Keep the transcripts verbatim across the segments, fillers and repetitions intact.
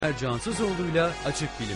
Cansızoğlu'yla Açık Bilim.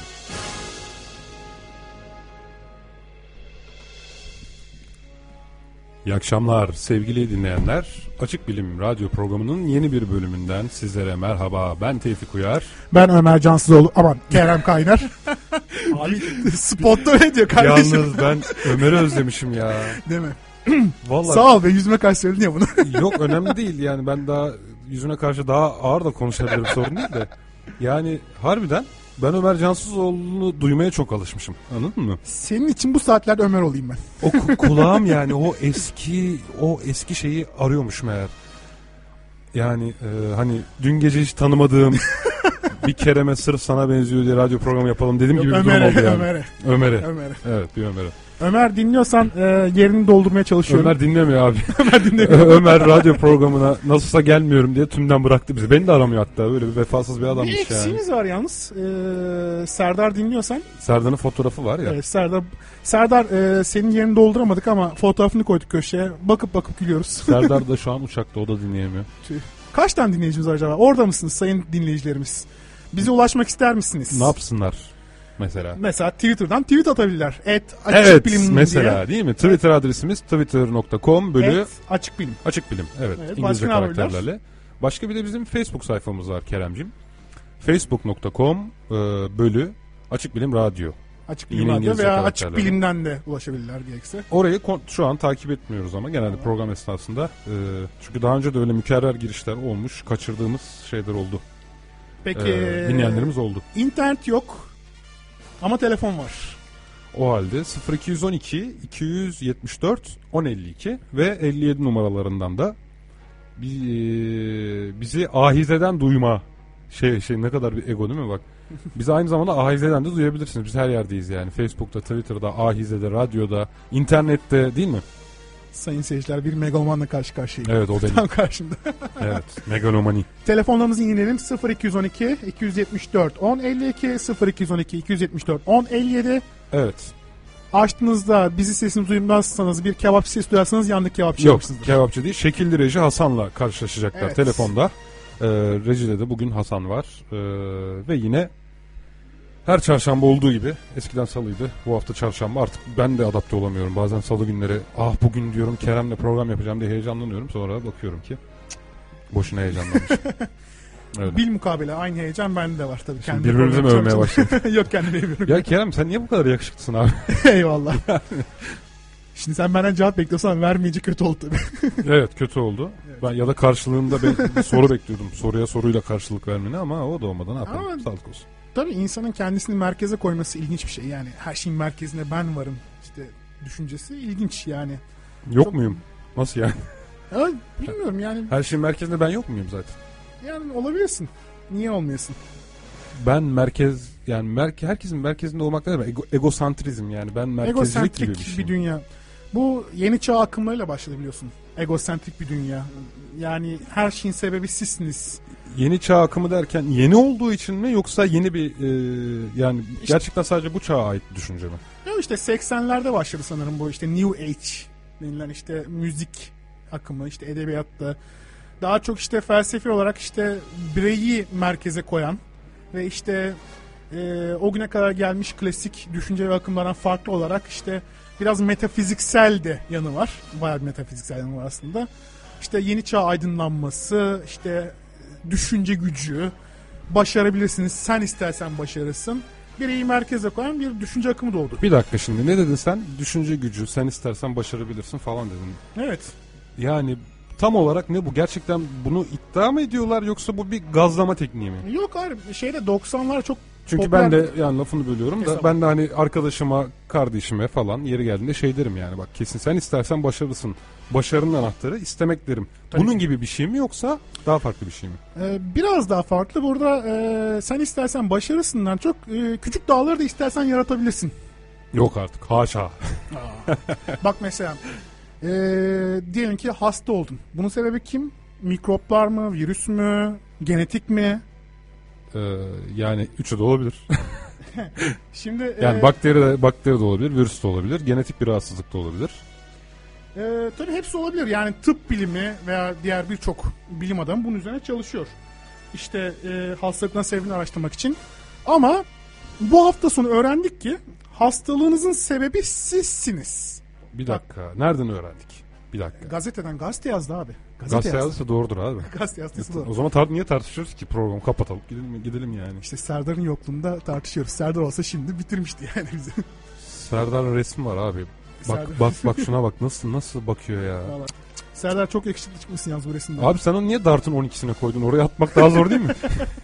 İyi akşamlar sevgili dinleyenler. Açık Bilim radyo programının yeni bir bölümünden sizlere merhaba. Ben Tevfik Uyar. Ben Ömer Cansızoğlu. Aman Kerem Kaynar. Abi spotta öyle diyor kardeşim. Yalnız ben Ömer'i özlemişim ya. Değil mi? Vallahi. Sağ ol be, yüzüme karşı söyledin ya bunu. Yok, önemli değil yani, ben daha yüzüne karşı daha ağır da konuşabilirim, sorun değil de. Yani harbiden ben Ömer Cansızoğlu'nu duymaya çok alışmışım. Anladın mı? Senin için bu saatlerde Ömer olayım ben. O ku- kulağım yani o eski o eski şeyi arıyormuş meğer. Yani e, hani dün gece hiç tanımadığım bir Kerem'e sırf sana benziyor diye radyo programı yapalım dediğim gibi bir durum Ömer'e, oldu yani. Ömer'e. Ömer'e. Ömer'e. Evet, bir Ömer'e. Ömer dinliyorsan e, yerini doldurmaya çalışıyorum. Ömer dinlemiyor abi. Ömer dinlemiyor. Ömer radyo programına nasılsa gelmiyorum diye tümden bıraktı bizi. Beni de aramıyor hatta. Böyle bir vefasız bir adammış Bir yani. eksiğimiz var yalnız. E, Serdar dinliyorsan. Serdar'ın fotoğrafı var ya. Evet, Serdar. Serdar e, senin yerini dolduramadık ama fotoğrafını koyduk köşeye. Bakıp bakıp gülüyoruz. Serdar da şu an uçakta, o da dinleyemiyor. Kaç tane dinleyicimiz var acaba? Orada mısınız sayın dinleyicilerimiz? Bize ulaşmak ister misiniz? Ne yapsınlar mesela? Mesela Twitter'dan tweet atabilirler. Et açık Evet bilim mesela diye. değil mi? Twitter evet. Adresimiz twitter nokta com bölü Et açık bilim. Açık Bilim. Evet, evet İngilizce başka karakterlerle. Başka bir de bizim Facebook sayfamız var Keremcim. facebook nokta com bölü Açık Bilim Radyo. Açık Bilim Radyo veya Açık Bilim'den de ulaşabilirler gerekse. Orayı şu an takip etmiyoruz ama genelde program esnasında. Çünkü daha önce de öyle mükerrer girişler olmuş. Kaçırdığımız şeyler oldu. Peki. Ee, dinleyenlerimiz oldu. İnternet yok ama telefon var. O halde sıfır iki on iki iki yetmiş dört on elli iki ve elli yedi numaralarından da bizi ahizeden duyma şey şey ne kadar bir ego değil mi bak. Bizi aynı zamanda ahizeden de duyabilirsiniz. Biz her yerdeyiz yani. Facebook'ta, Twitter'da, ahizede, radyoda, internette, değil mi? Sayın seyirciler, bir megalomanla karşı karşıyayım. Evet, o benim. Tam karşımda. Evet, megalomani. Telefonlarımızı yineleyelim. sıfır iki on iki iki yetmiş dört on elli iki sıfır iki on iki iki yetmiş dört on elli yedi. Evet. Açtığınızda bizi sesimizi duymazsanız, bir kebapçı sesi duyarsanız yandık kebapçı yapmışsınızdır. Yok, kebapçı değil. Şekilli Reji Hasan'la karşılaşacaklar evet. telefonda. Ee, Reji'de de bugün Hasan var. Ee, ve yine her çarşamba olduğu gibi, eskiden salıydı, bu hafta çarşamba, artık ben de adapte olamıyorum. Bazen salı günleri ah bugün diyorum Kerem'le program yapacağım diye heyecanlanıyorum. Sonra bakıyorum ki cık, boşuna heyecanlanmış. Öyle. Bil mukabele aynı heyecan bende de var tabii. Şimdi birbirimize mi övmeye başladık? Yok, kendime övüyorum. Ya Kerem, sen niye bu kadar yakışıklısın abi? Eyvallah. Şimdi sen benden cevap bekliyorsan vermeyince kötü oldu tabii. Evet, kötü oldu. Evet. Ben ya da karşılığında ben bir soru bekliyordum. Soruya soruyla karşılık vermeni ama o da olmadı, ne yapalım, ama sağlık olsun. Tabii insanın kendisini merkeze koyması ilginç bir şey. Yani her şeyin merkezinde ben varım işte düşüncesi ilginç yani. Yok Çok... muyum? Nasıl yani? Ya, bilmiyorum yani. Her şeyin merkezinde ben yok muyum zaten? Yani olabilirsin. Niye olmayasın? Ben merkez yani merke, herkesin merkezinde olmak ne demek? Ego, egosantrizm yani, ben merkezcilik gibi bir şey. bir dünya. Bu yeni çağ akımlarıyla başladı biliyorsun. Egosentrik bir dünya. Yani her şeyin sebebi sizsiniz. Yeni çağ akımı derken yeni olduğu için mi, yoksa yeni bir e, yani işte, gerçekten sadece bu çağa ait bir düşünce mi? Ya işte seksenlerde başladı sanırım bu işte New Age denilen işte müzik akımı, işte edebiyatta daha çok işte felsefi olarak işte bireyi merkeze koyan ve işte e, o güne kadar gelmiş klasik düşünce ve akımlardan farklı olarak işte biraz metafiziksel de yanı var. Bayağı bir metafiziksel yanı var aslında. İşte yeni çağ aydınlanması, işte düşünce gücü, başarabilirsiniz, sen istersen başarırsın. Bireyi merkeze koyan bir düşünce akımı doğdu. Bir dakika, şimdi ne dedin sen? Düşünce gücü, sen istersen başarabilirsin falan dedin. Evet. Yani tam olarak ne bu? Gerçekten bunu iddia mı ediyorlar, yoksa bu bir gazlama tekniği mi? Yok abi, şeyde doksanlar çok çünkü popüler... ben de yani lafını bölüyorum da Hesap. ben de hani arkadaşıma, kardeşime falan yeri geldiğinde şey derim yani, bak kesin sen istersen başarılısın. Başarının anahtarı istemek derim. Tabii Bunun ki. gibi bir şey mi, yoksa daha farklı bir şey mi? Ee, biraz daha farklı. Burada e, sen istersen başarısından çok e, küçük dağları da istersen yaratabilirsin. Yok artık, haşa. Bak mesela e, diyelim ki hasta oldun. Bunun sebebi kim? Mikroplar mı? Virüs mü? Genetik mi? Ee, yani üçü de olabilir. Şimdi yani e, bakteri de bakteri de olabilir, virüs de olabilir, genetik bir rahatsızlık da olabilir. E, tabii hepsi olabilir. Yani tıp bilimi veya diğer birçok bilim adamı bunun üzerine çalışıyor. işte e, hastalıktan sebebini araştırmak için. Ama bu hafta sonu öğrendik ki hastalığınızın sebebi sizsiniz. Bir dakika. Nereden öğrendik? Bir dakika. Gazeteden, gazete yazdı abi. Gazete, Gazete yazdıysa doğrudur abi. Gazete yazdıysa doğru. O zaman tar- niye tartışıyoruz ki, programı kapatalım gidelim, gidelim yani. İşte Serdar'ın yokluğunda tartışıyoruz. Serdar olsa şimdi bitirmişti yani bizi. Serdar'ın resmi var abi. Bak Serdar. bak bak şuna bak, nasıl nasıl bakıyor ya. Vallahi. Serdar çok yakışıklı çıkmışsın yalnız bu resimde. Abi sen onu niye Dart'ın on ikisine koydun? Oraya atmak daha zor değil mi?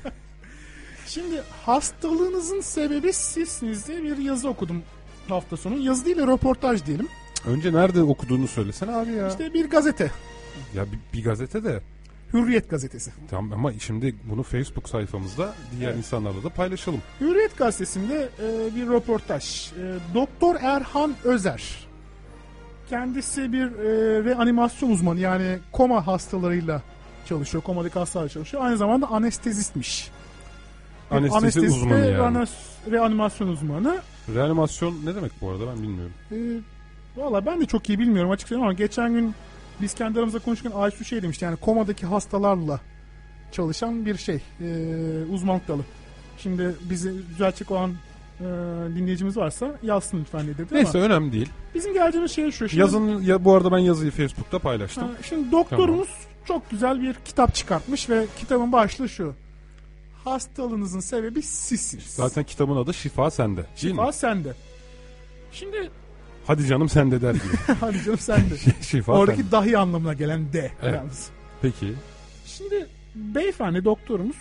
Şimdi hastalığınızın sebebi sizsiniz diye bir yazı okudum hafta sonu. Yazı değil de röportaj diyelim. Önce nerede okuduğunu söylesene abi ya. İşte bir gazete. Ya bir, bir gazete de. Hürriyet gazetesi. Tamam ama şimdi bunu Facebook sayfamızda diğer evet. insanlarla da paylaşalım. Hürriyet gazetesinde e, bir röportaj. E, Doktor Erhan Özer. Kendisi bir e, reanimasyon uzmanı, yani koma hastalarıyla çalışıyor. Komadaki hastalarla çalışıyor. Aynı zamanda anestezistmiş. Anestezi, anestezi uzmanı yani. Reanimasyon uzmanı. Reanimasyon ne demek bu arada, ben bilmiyorum. E, Valla ben de çok iyi bilmiyorum açıkçası ama geçen gün biz kendi aramızda konuşurken Aysu şey demişti, yani komadaki hastalarla çalışan bir şey, e, uzmanlık dalı. Şimdi bizi düzeltecek olan e, dinleyicimiz varsa yazsın lütfen dedi. Neyse ama önemli değil. bizim geldiğimiz şey şu. Şimdi, Yazın ya, bu arada ben yazıyı Facebook'ta paylaştım. Ha, şimdi doktorumuz tamam. çok güzel bir kitap çıkartmış ve kitabın başlığı şu: hastalığınızın sebebi sizsiniz. Zaten kitabın adı Şifa Sende. Şifa Sende. Şimdi hadi canım sende der gibi. Hadi canım sende. Şifa oradaki sende. dahi anlamına gelen de. Evet. Yalnız. Peki. Şimdi beyefendi doktorumuz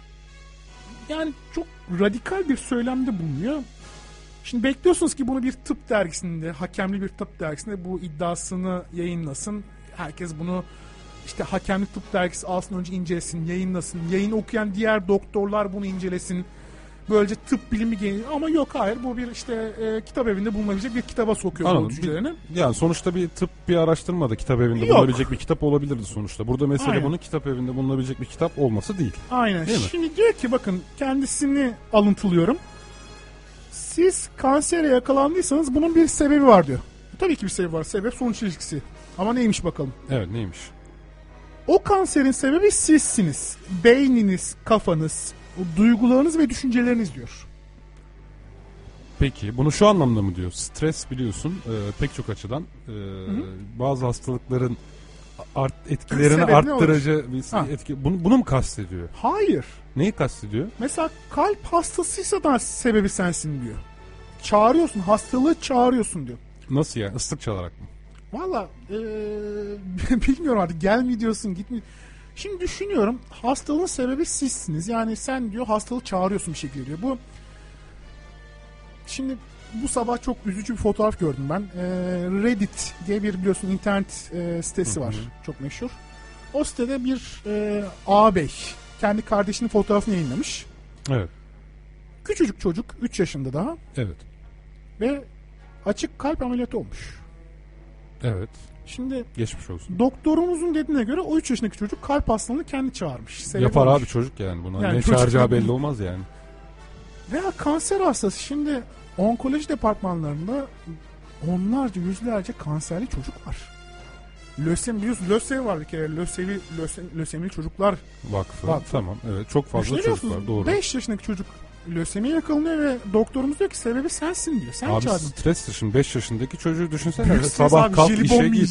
yani çok radikal bir söylemde bulunuyor. Şimdi bekliyorsunuz ki bunu bir tıp dergisinde, hakemli bir tıp dergisinde bu iddiasını yayınlasın. Herkes bunu işte hakemli tıp dergisi alsın, önce incelesin, yayınlasın. Yayın okuyan diğer doktorlar bunu incelesin. Böylece tıp bilimi geliyor. Ama yok, hayır, bu bir işte e, kitap evinde bulunabilecek bir kitaba sokuyor bu düşüncelerini. Yani sonuçta bir tıp bir araştırmada kitap evinde yok. bulunabilecek bir kitap olabilirdi sonuçta. Burada mesele Aynen. bunun kitap evinde bulunabilecek bir kitap olması değil. Aynen. Şimdi diyor ki bakın, kendisini alıntılıyorum. Siz kansere yakalandıysanız bunun bir sebebi var diyor. Tabii ki bir sebebi var. Sebep sonuç ilişkisi. Ama neymiş bakalım. Evet, neymiş? O kanserin sebebi sizsiniz. Beyniniz, kafanız, duygularınız ve düşünceleriniz diyor. Peki bunu şu anlamda mı diyor? Stres biliyorsun e, pek çok açıdan e, bazı hastalıkların art, etkilerini arttırıcı bir etki. Bunu, bunu mu kastediyor? Hayır. Neyi kastediyor? Mesela kalp hastasıysa da sebebi sensin diyor. Çağırıyorsun, hastalığı çağırıyorsun diyor. Nasıl yani? Islık çalarak mı? Valla ee, bilmiyorum artık, gelmiyor diyorsun, gitmiyor. Şimdi düşünüyorum, hastalığın sebebi sizsiniz. Yani sen diyor hastalığı çağırıyorsun bir şekilde diyor. Bu şimdi bu sabah çok üzücü bir fotoğraf gördüm ben. Ee, Reddit diye bir biliyorsun internet e, sitesi var. Hı hı. Çok meşhur. O sitede bir e, ağabey kendi kardeşinin fotoğrafını yayınlamış. Evet. Küçücük çocuk, üç yaşında daha. Evet. Ve açık kalp ameliyatı olmuş. Evet. Şimdi geçmiş olsun. Doktorumuzun dediğine göre o üç yaşındaki çocuk kalp hastalığını kendi çağırmış. Sebebi yapar olmuş. Abi çocuk yani buna. Yani ne çocuk çağıracağı belli olmaz yani. Veya kanser hastası. Şimdi onkoloji departmanlarında onlarca, yüzlerce kanserli çocuk var. Lösemi biliyorsun. Lösemi var bir kere. Lösemi, lösemi, lösemili çocuklar vakfı. vakfı. Tamam, evet, çok fazla çocuk var, doğru. beş yaşındaki çocuk lösemiye yakalanıyor ve doktorumuz diyor ki sebebi sensin diyor. Sen abi çağırdın. Stresli şimdi beş yaşındaki çocuğu düşünsene. Büyük sabah abi, kalk işe git.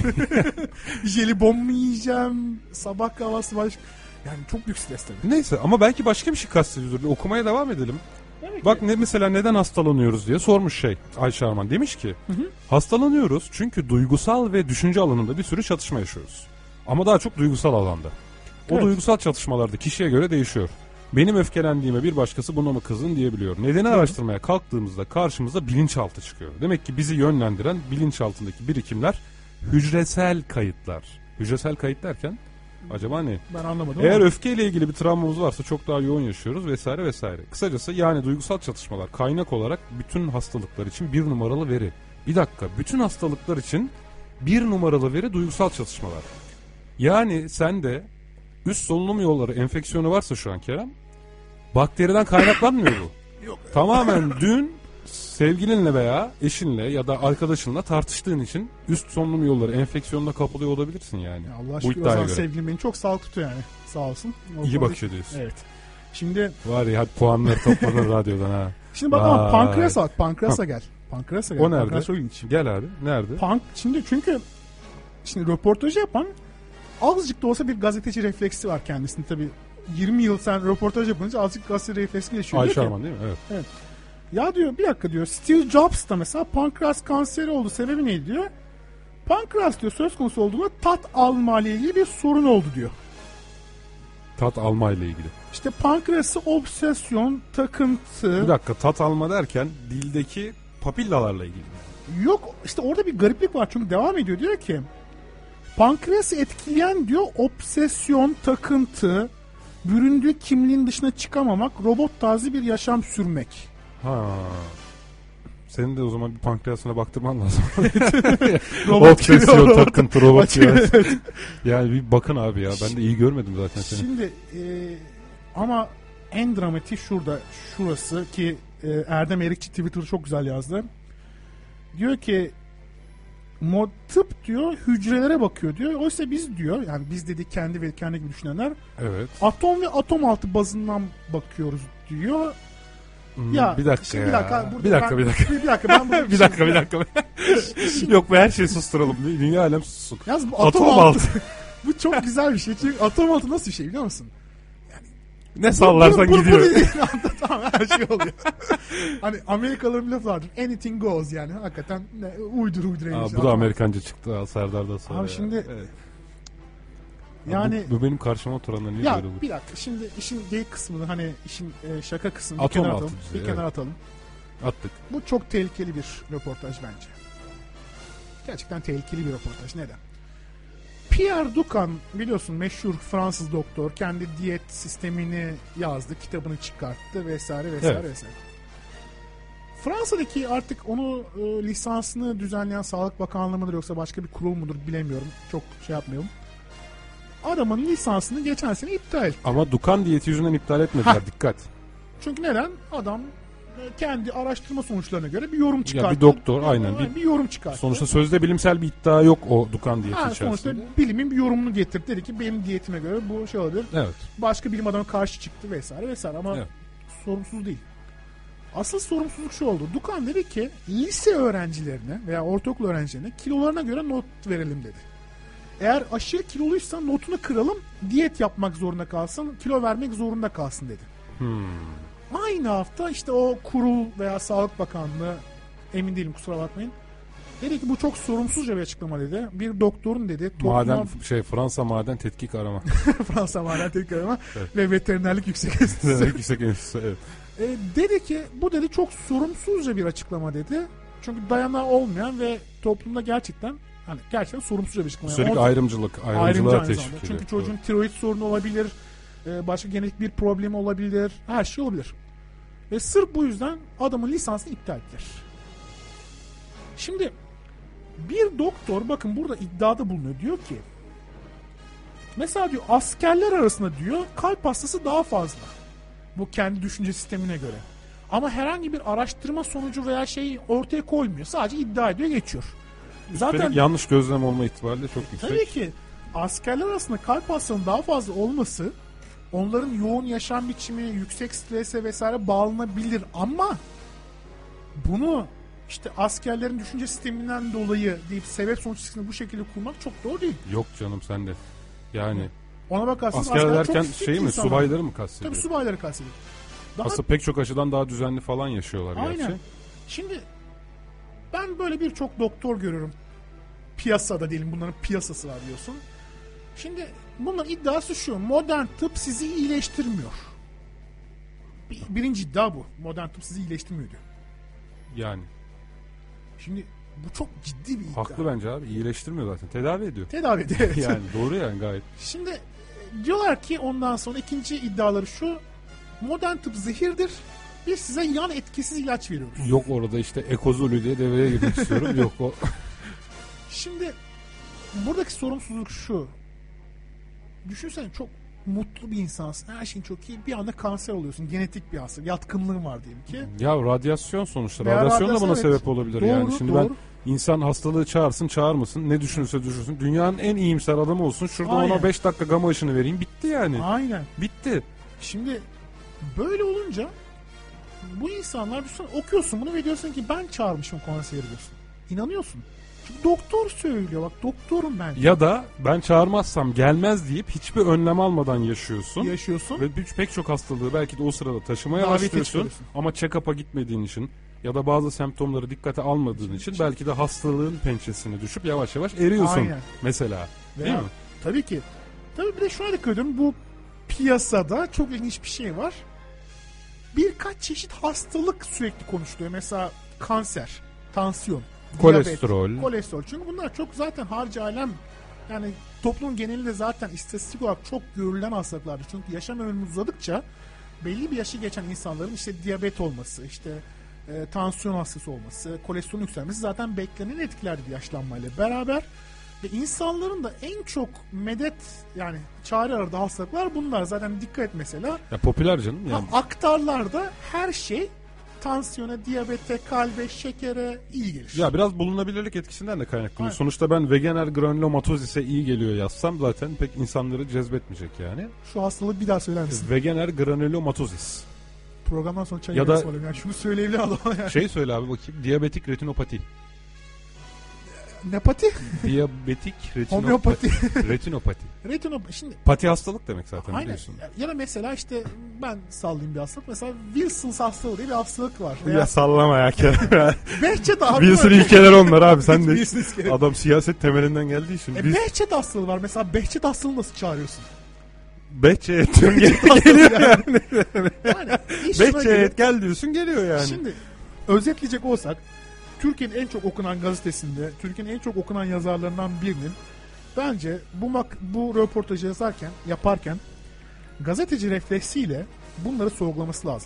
Jelibon mu yiyeceğim? Sabah kahvaltısı baş... Yani çok büyük stres tabii. Neyse ama belki başka bir şey kastediyordur. Okumaya devam edelim. Tabii Bak ki. ne mesela neden hastalanıyoruz diye sormuş şey Ayşe Arman. Demiş ki hı hı. hastalanıyoruz çünkü duygusal ve düşünce alanında bir sürü çatışma yaşıyoruz. Ama daha çok duygusal alanda. O evet. duygusal çatışmalarda kişiye göre değişiyor. Benim öfkelendiğime bir başkası buna mı kızdın diyebiliyor. Nedeni hı. araştırmaya kalktığımızda karşımıza bilinçaltı çıkıyor. Demek ki bizi yönlendiren bilinçaltındaki birikimler hücresel kayıtlar. Hücresel kayıt derken acaba ne? Ben anlamadım. Eğer ama. öfkeyle ilgili bir travmamız varsa çok daha yoğun yaşıyoruz vesaire vesaire. Kısacası yani duygusal çatışmalar kaynak olarak bütün hastalıklar için bir numaralı veri. Bir dakika, bütün hastalıklar için bir numaralı veri duygusal çatışmalar. Yani sende üst solunum yolları enfeksiyonu varsa şu an Kerem, bakteriden kaynaklanmıyor bu. Yok. Tamamen dün sevgilinle veya eşinle ya da arkadaşınla tartıştığın için üst solunum yolları enfeksiyonla kapılıyor olabilirsin yani. Ya Allah Bu aşkına o iddiaya zaman göre. sevgilim beni çok sağlıklı tutuyor yani. Sağ olsun. O İyi konuda- bakış ediyorsun. Evet. Şimdi Var ya hadi puanları topladın radyodan ha. şimdi bak ama Vay. pankreasa bak. Pankreasa gel. Pankreasa gel. O nerede? Pankreas çok ilginç. Gel abi. Nerede? Pank, şimdi çünkü şimdi röportajı yapan azıcık da olsa bir gazeteci refleksi var kendisinde tabii. yirmi yıl sen röportaj yapınca azıcık gazeteci refleksi geçiyor. Ayşe Diyor ki, Arman değil mi? Evet. ya diyor bir dakika diyor Steve Jobs da mesela pankreas kanseri oldu. Sebebi neydi diyor. Pankreas diyor söz konusu olduğunda tat alma ile ilgili bir sorun oldu diyor. Tat alma ile ilgili. İşte pankreası obsesyon, takıntı. Bir dakika, tat alma derken dildeki papillalarla ilgili. Yok işte orada bir gariplik var çünkü devam ediyor diyor ki pankreası etkileyen diyor obsesyon, takıntı, büründüğü kimliğin dışına çıkamamak, robot tarzı bir yaşam sürmek. Ha. Senin de o zaman bir pankreasına baktırman lazım. Robot Obsesyon, gibi, robot. takıntı, robot ya. Evet. Yani bir bakın abi ya, ben de iyi görmedim zaten seni. Şimdi e, ama en dramatik şurada, şurası ki e, Erdem Erikçi Twitter'da çok güzel yazdı. Diyor ki mod tıp diyor hücrelere bakıyor diyor. Oysa biz diyor yani biz dedik kendi ve kendi gibi düşünenler Evet. atom ve atom altı bazından bakıyoruz diyor. Hmm, Ya bir dakika şimdi ya. bir dakika burada bir dakika ben, bir dakika. bir dakika ben burada bir dakika bir dakika. Yok be, her şeyi susturalım. Dünya alem sussun. Yalnız bu atom, Atom altı, altı. bu çok güzel bir şey. Çünkü atom altı nasıl bir şey biliyor musun? Ne sallarsan Bu- bu- bu- gidiyor. bu- Tamam her şey oluyor. Hani Amerikalıların bir lafı vardır. Anything goes yani. Hakikaten ne, uydur uydur. en Aa, iyisi. bu da Amerikanca çıktı ha, Serdar'dan sonra. Abi ya. şimdi- Evet. Yani bu, bu benim karşıma oturanlar niye ya böyle olur? bir dakika şimdi işin geyik kısmını hani işin e, şaka kısmını bir Atom kenara altı atalım. düzeyi, Bir kenara evet. atalım. Attık. Bu çok tehlikeli bir röportaj bence. Gerçekten tehlikeli bir röportaj. Neden? Pierre Ducan biliyorsun meşhur Fransız doktor kendi diyet sistemini yazdı, kitabını çıkarttı vesaire vesaire Evet. vesaire. Fransa'daki artık onu e, lisansını düzenleyen Sağlık Bakanlığı mıdır yoksa başka bir kurul mudur bilemiyorum. Çok şey yapmayalım. Adamın lisansını geçen sene iptal etti. Ama Dukan diyeti yüzünden iptal etmediler. Ha. Dikkat. Çünkü neden? Adam e, kendi araştırma sonuçlarına göre bir yorum çıkarttı. Ya bir doktor, aynen. Bir, Bir- bir yorum çıkarttı. Sonuçta sözde bilimsel bir iddia yok o Dukan diyeti Ha, içerisinde. sonuçta bilimin bir yorumunu getirdi. Dedi ki benim diyetime göre bu şey olabilir. Evet. Başka bilim adamı karşı çıktı vesaire vesaire ama Evet. sorumsuz değil. Asıl sorumsuzluk şu oldu. Dukan dedi ki lise öğrencilerine veya ortaokul öğrencilerine kilolarına göre not verelim dedi. Eğer aşırı kiloluysan notunu kıralım, diyet yapmak zorunda kalsın, kilo vermek zorunda kalsın dedi. Hmm. Aynı hafta işte o kurul veya Sağlık Bakanlığı, emin değilim kusura bakmayın, dedi ki bu çok sorumsuzca bir açıklama dedi. Bir doktorun dedi topluma... Maden şey Fransa Maden Tetkik Arama. Fransa Maden Tetkik Arama Evet. ve Veterinerlik Yüksek Enstitüsü. Yüksek Enstitüsü, evet. E, dedi ki bu dedi çok sorumsuzca bir açıklama dedi. Çünkü dayanağı olmayan ve toplumda gerçekten hani gerçekten sorumsuzca bir açıklama. Üstelik Orta- ayrımcılık, ayrımcı ayrımcılığa aynı teşvik zamanda. ediyor. Çünkü çocuğun tiroid sorunu olabilir, e, başka genetik bir problemi olabilir, her şey olabilir. Ve sırf bu yüzden adamın lisansını iptal ettiler. Şimdi bir doktor bakın burada iddiada bulunuyor. Diyor ki mesela diyor askerler arasında diyor kalp hastası daha fazla. Bu kendi düşünce sistemine göre. Ama herhangi bir araştırma sonucu veya şey ortaya koymuyor. Sadece iddia ediyor geçiyor. Zaten Zaten yanlış gözlem olma ihtimali de çok yüksek. tabii ki askerler arasında kalp hastalığının daha fazla olması onların yoğun yaşam biçimi, yüksek strese vesaire bağlanabilir ama bunu işte askerlerin düşünce sisteminden dolayı deyip sebep sonuç ilişkisini bu şekilde kurmak çok doğru değil. Yok canım sen de. Yani Ona bakarsanız asker askerler derken çok fit şey mi, insanlar. subayları mı Tabii kastediyor? subayları kastediyor. Daha Aslında pek çok açıdan daha düzenli falan yaşıyorlar aynen. gerçi. Şimdi ben böyle birçok doktor görüyorum. Piyasada diyelim bunların piyasası var diyorsun. Şimdi bunların iddiası şu. Modern tıp sizi iyileştirmiyor. Bir- Birinci iddia bu. Modern tıp sizi iyileştirmiyor diyor. Yani Şimdi bu çok ciddi bir iddia. haklı bence abi, iyileştirmiyor zaten. Tedavi ediyor. Tedavi ediyor. Evet. Yani doğru yani gayet. Şimdi e, diyorlar ki ondan sonra ikinci iddiaları şu. Modern tıp zehirdir. Biz size yan etkisiz ilaç veriyoruz. Yok orada işte ekozolü diye devreye girmek istiyorum. Yok o. Şimdi buradaki sorumsuzluk şu. Düşünsene çok mutlu bir insansın. Her şeyin çok iyi. Bir anda kanser oluyorsun. Genetik bir hastalık. Yatkınlığın var diyelim ki. Ya radyasyon sonuçta. Veya Radyasyon da radyasyon, buna evet. sebep olabilir Doğru, yani. Şimdi doğru. ben insan hastalığı çağırsın çağırmasın. Ne düşünürse düşünsün. Dünyanın en iyimser adamı olsun. Şurada Aynen. ona beş dakika gama ışını vereyim. Bitti yani. Aynen. Bitti. Şimdi böyle olunca bu insanlar sen okuyorsun bunu ve diyorsun ki ben çağırmışım konseri diyorsun. İnanıyorsun. Çünkü doktor söylüyor. Bak doktorum ben. Ya da ben çağırmazsam gelmez deyip hiçbir önlem almadan yaşıyorsun. Yaşıyorsun. Ve bir- pek çok hastalığı belki de o sırada taşımaya Davete başlıyorsun. çıkarıyorsun. Ama check-up'a gitmediğin için ya da bazı semptomları dikkate almadığın için belki de hastalığın pençesine düşüp yavaş yavaş eriyorsun. Aynen. Mesela. Veya, Değil mi? tabii ki. Tabii bir de şuna dikkat ediyorum. Bu piyasada çok ilginç bir şey var. Birkaç çeşit hastalık sürekli konuşuluyor. Mesela kanser, tansiyon, Kolesterol. diyabet, kolesterol. Çünkü bunlar çok zaten harcı alem, yani toplumun genelinde zaten istatistik olarak çok görülen hastalıklardır. Çünkü yaşam ömrümüz uzadıkça belli bir yaşı geçen insanların işte diyabet olması, işte e, tansiyon hastası olması, kolesterol yükselmesi zaten beklenen etkilerdir yaşlanmayla beraber. Ve insanların da en çok medet, yani çare aradığı hastalıklar bunlar. Zaten dikkat et mesela. Ya popüler canım yani. Ha, aktarlarda her şey tansiyona, diyabete, kalbe, şekere iyi gelir. Ya biraz bulunabilirlik etkisinden de kaynaklanıyor. Aynen. Sonuçta ben Wegener granulomatozis'e iyi geliyor yazsam zaten pek insanları cezbetmeyecek yani. Şu hastalığı bir daha söyler misin? Wegener granulomatozis. Programdan sonra çay Ya da- da... yani şunu söyleyebilir adam yani. Şey söyle abi bakayım. Diyabetik retinopati. Nepati? Diyabetik retinopati. Homeopati. Retinopati. Retinopati. Şimdi Pati hastalık demek zaten aynen. biliyorsun. Ya da mesela işte ben sallayayım bir hastalık. Mesela Wilson's hastalığı diye bir hastalık var. Veya Ya sallama ya Kerem. Behçet abi Wilson var. ilkeler onlar abi sen de. Wilson ilkeleri. Adam siyaset temelinden geldiği için. E, Biz Behçet hastalığı var. Mesela Behçet hastalığını nasıl çağırıyorsun? Behçe tüm Behçet geliyor hastalığı yani. Yani iş şuna Behçe geliyor. gel diyorsun geliyor yani. Şimdi özetleyecek olsak Türkiye'nin en çok okunan gazetesinde, Türkiye'nin en çok okunan yazarlarından birinin bence bu mak- bu röportajı yazarken, yaparken gazeteci refleksiyle bunları sorgulaması lazım.